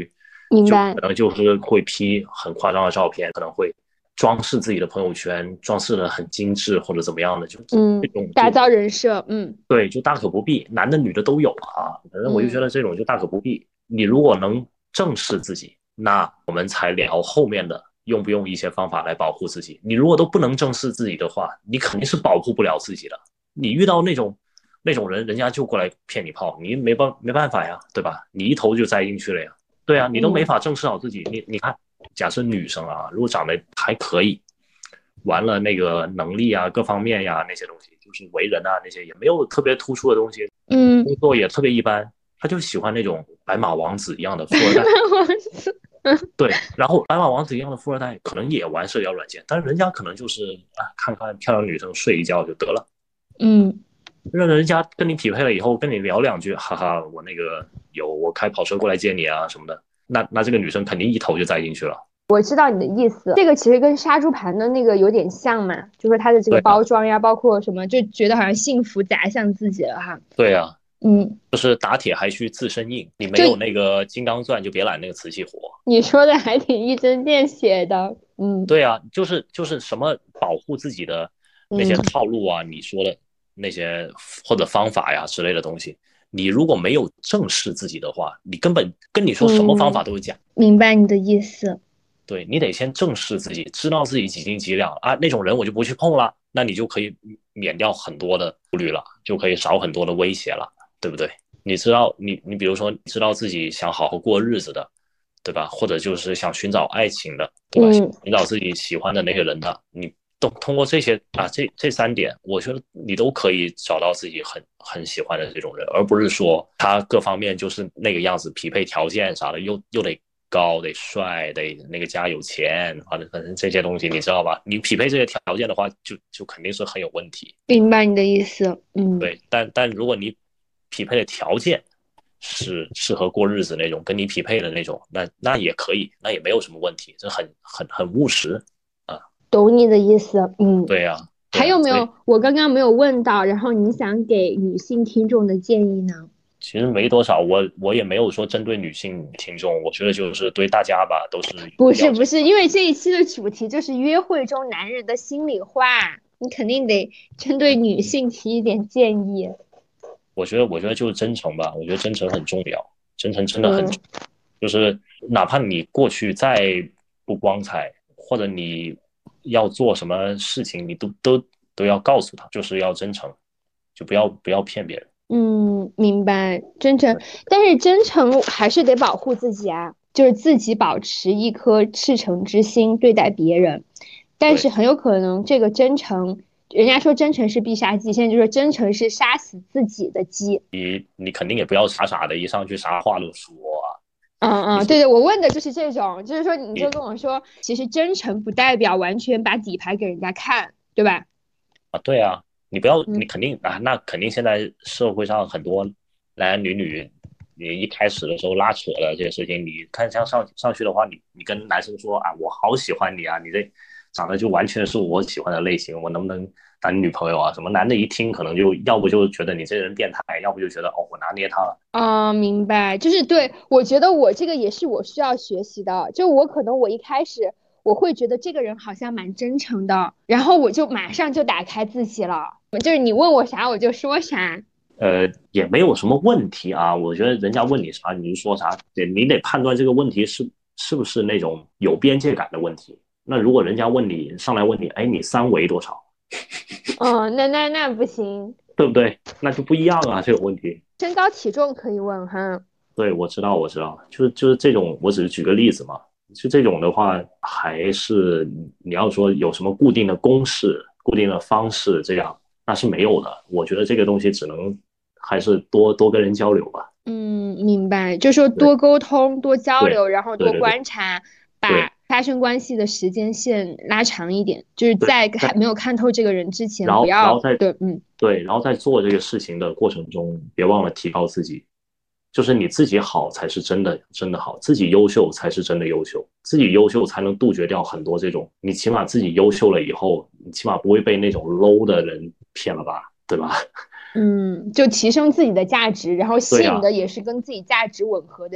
明白。 可能就是会 P 很夸张的照片，可能会装饰自己的朋友圈，装饰的很精致或者怎么样的，就嗯， 这种打造人设，嗯， 对，就大可不必，男的女的都有啊。反正我就觉得这种就大可不必。你如果能正视自己，那我们才聊后面的用不用一些方法来保护自己。你如果都不能正视自己的话，你肯定是保护不了自己的。你遇到那种那种人，人家就过来骗你炮，你没办没办法呀，对吧？你一头就栽进去了呀。对啊，你都没法正视好自己。你你看，假设女生啊，如果长得还可以，完了那个能力啊，各方面呀那些东西，就是为人啊那些也没有特别突出的东西， 嗯， 工作也特别一般，他就喜欢那种白马王子一样的富二代。对，然后白马王子一样的富二代可能也玩社交软件，但是人家可能就是啊，看看漂亮女生睡一觉就得了。 嗯， 让人家跟你匹配了以后，跟你聊两句，哈哈，我那个有我开跑车过来接你啊什么的，那那这个女生肯定一头就栽进去了。 我知道你的意思，这个其实跟杀猪盘的那个有点像嘛，就是它的这个包装呀，包括什么，就觉得好像幸福砸向自己了哈。 对啊， 嗯， 就是打铁还需自身硬，你没有那个金刚钻就别揽那个瓷器活。 你说的还挺一针见血的。嗯， 对啊，就是就是什么保护自己的那些套路啊，嗯、你说的那些或者方法呀之类的东西，你如果没有正视自己的话，你根本跟你说什么方法都是假。 嗯、明白你的意思。 对，你得先正视自己，知道自己几斤几两啊，那种人我就不去碰了，那你就可以免掉很多的顾虑了，就可以少很多的威胁了，对不对？你知道，你你比如说，你知道自己想好好过日子的，对吧？或者就是想寻找爱情的，对吧？嗯、寻找自己喜欢的那个人的，你都通过这些啊，这这三点，我觉得你都可以找到自己很很喜欢的这种人，而不是说他各方面就是那个样子，匹配条件啥的，又又得高得帅得那个家有钱，反正反正这些东西你知道吧？你匹配这些条件的话，就就肯定是很有问题。 明白你的意思，嗯， 对，但但如果你匹配的条件是适合过日子那种，跟你匹配的那种，那那也可以，那也没有什么问题，这很很很务实啊。 懂你的意思，嗯， 对呀、啊。 还有没有？我刚刚没有问到，然后你想给女性听众的建议呢？ 其实没多少，我我也没有说针对女性听众，我觉得就是对大家吧，都是不是不是，因为这一期的主题就是约会中男人的心里话，你肯定得针对女性提一点建议。 我觉得我觉得就是真诚吧，我觉得真诚很重要，真诚真的很重要，嗯、就是哪怕你过去再不光彩，或者你要做什么事情，你都都都要告诉他，就是要真诚，就不要不要骗别人。 嗯，明白，真诚，但是真诚还是得保护自己啊，就是自己保持一颗赤诚之心对待别人，但是很有可能这个真诚，人家说真诚是必杀技，现在就说真诚是杀死自己的鸡。 你你肯定也不要傻傻的一上去啥话都说啊。嗯嗯，对对，我问的就是这种，就是说你就跟我说，其实真诚不代表完全把底牌给人家看，对吧？ 啊，对啊。你不要，你肯定啊，那肯定现在社会上很多男男女女，你一开始的时候拉扯的这些事情，你看像上上去的话，你你跟男生说啊，我好喜欢你啊，你这长得就完全是我喜欢的类型，我能不能当你女朋友啊？什么男的一听可能就要不就觉得你这人变态，要不就觉得哦我拿捏他了。 啊、嗯，明白，就是对，我觉得我这个也是我需要学习的，就我可能我一开始。我会觉得这个人好像蛮真诚的，然后我就马上就打开自己了，就是你问我啥我就说啥。 呃，也没有什么问题啊，我觉得人家问你啥你就说啥，对，你得判断这个问题是是不是那种有边界感的问题。那如果人家问你上来问你，哎，你三围多少？ 哦，那那那不行， 对不对？那就不一样啊，这个问题。 身高体重可以问哈。 对，我知道，我知道，就是就是这种，我只是举个例子嘛。就这种的话，还是你要说有什么固定的公式、固定的方式，这样那是没有的。我觉得这个东西只能还是多多跟人交流吧。 嗯，明白，就说多沟通、多交流，然后多观察，把发生关系的时间线拉长一点，就是在还没有看透这个人之前，不要然后在对，嗯， 对，然后在做这个事情的过程中，别忘了提高自己。就是你自己好才是真的真的好，自己优秀才是真的优秀，自己优秀才能杜绝掉很多这种，你起码自己优秀了以后，你起码不会被那种 low 的人骗了吧，对吧？ 嗯，就提升自己的价值，然后吸引的也是跟自己价值吻合的人。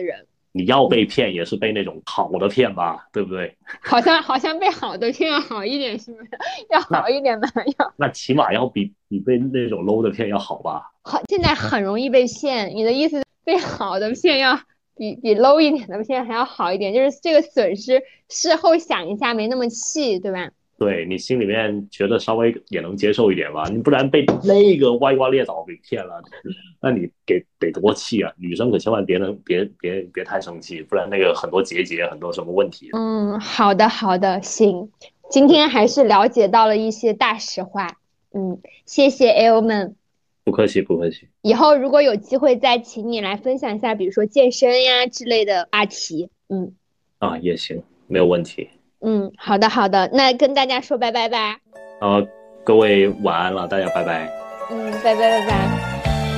你要被骗也是被那种好的骗吧，对不对？ 好像好像被好的骗要好一点，是不是？要好一点吧？要那起码要比比被那种 low 的骗要好吧？ 好，现在很容易被骗。你的意思，被好的骗要比比 low 一点的骗还要好一点，就是这个损失事后想一下没那么气，对吧？ 对，你心里面觉得稍微也能接受一点吧，你不然被那个歪瓜裂枣给骗了，那你给得多气啊！女生可千万别能别别别太生气，不然那个很多结节，很多什么问题。 嗯，好的好的，行，今天还是了解到了一些大实话。嗯，谢谢 L 们。 不客气不客气。 以后如果有机会再请你来分享一下，比如说健身呀之类的话题。嗯， 啊，也行，没有问题。 嗯，好的好的，那跟大家说拜拜吧。 啊，各位晚安了，大家拜拜。 嗯，拜拜拜拜。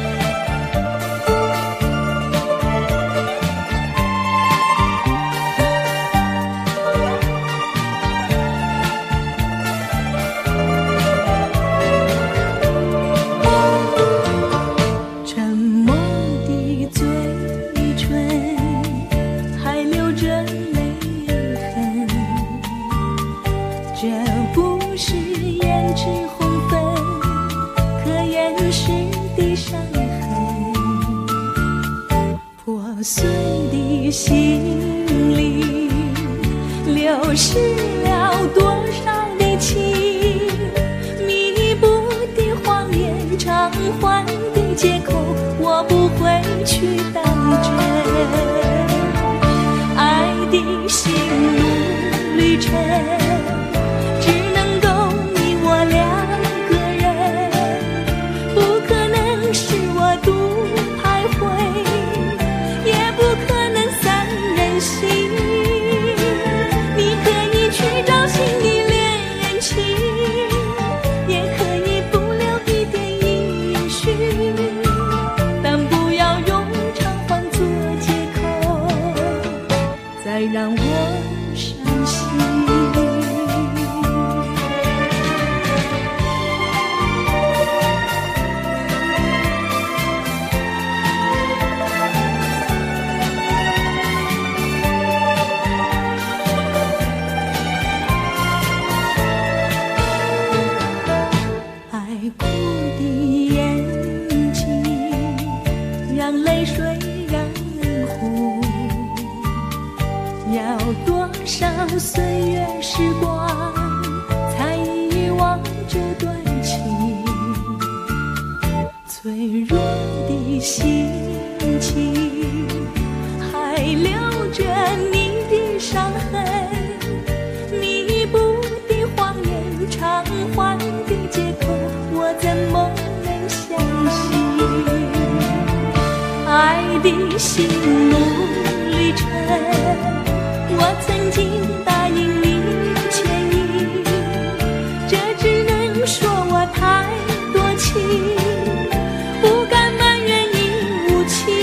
碎的心里流失了多少的情，弥补的谎言，偿还的借口，我不会去当真。爱的心路旅程，只能够你我两个人，不可能是我独徘徊，不可能三人行，你可以去找新的恋人情，也可以不留一点音讯，但不要用偿还做借口，再让我伤心。泪水染红，要多少岁月时光才遗忘这段情，脆弱的心情还留着你的伤痕，弥补的谎言，偿还的借口，我怎么能相信？爱的心路旅程，我曾经答应你牵引，这只能说我太多情，不敢埋怨你无情。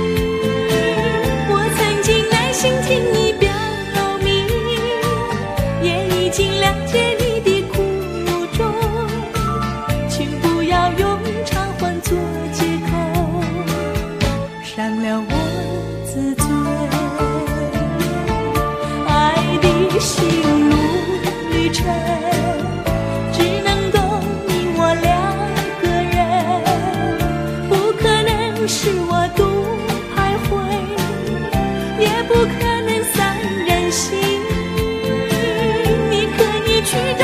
我曾经耐心听你表明，也已经了解你的苦衷，请不要用偿还做借口，伤了我自尊。爱的心路旅程，只能够你我两个人，不可能是我独徘徊，也不可能三人行，你可以去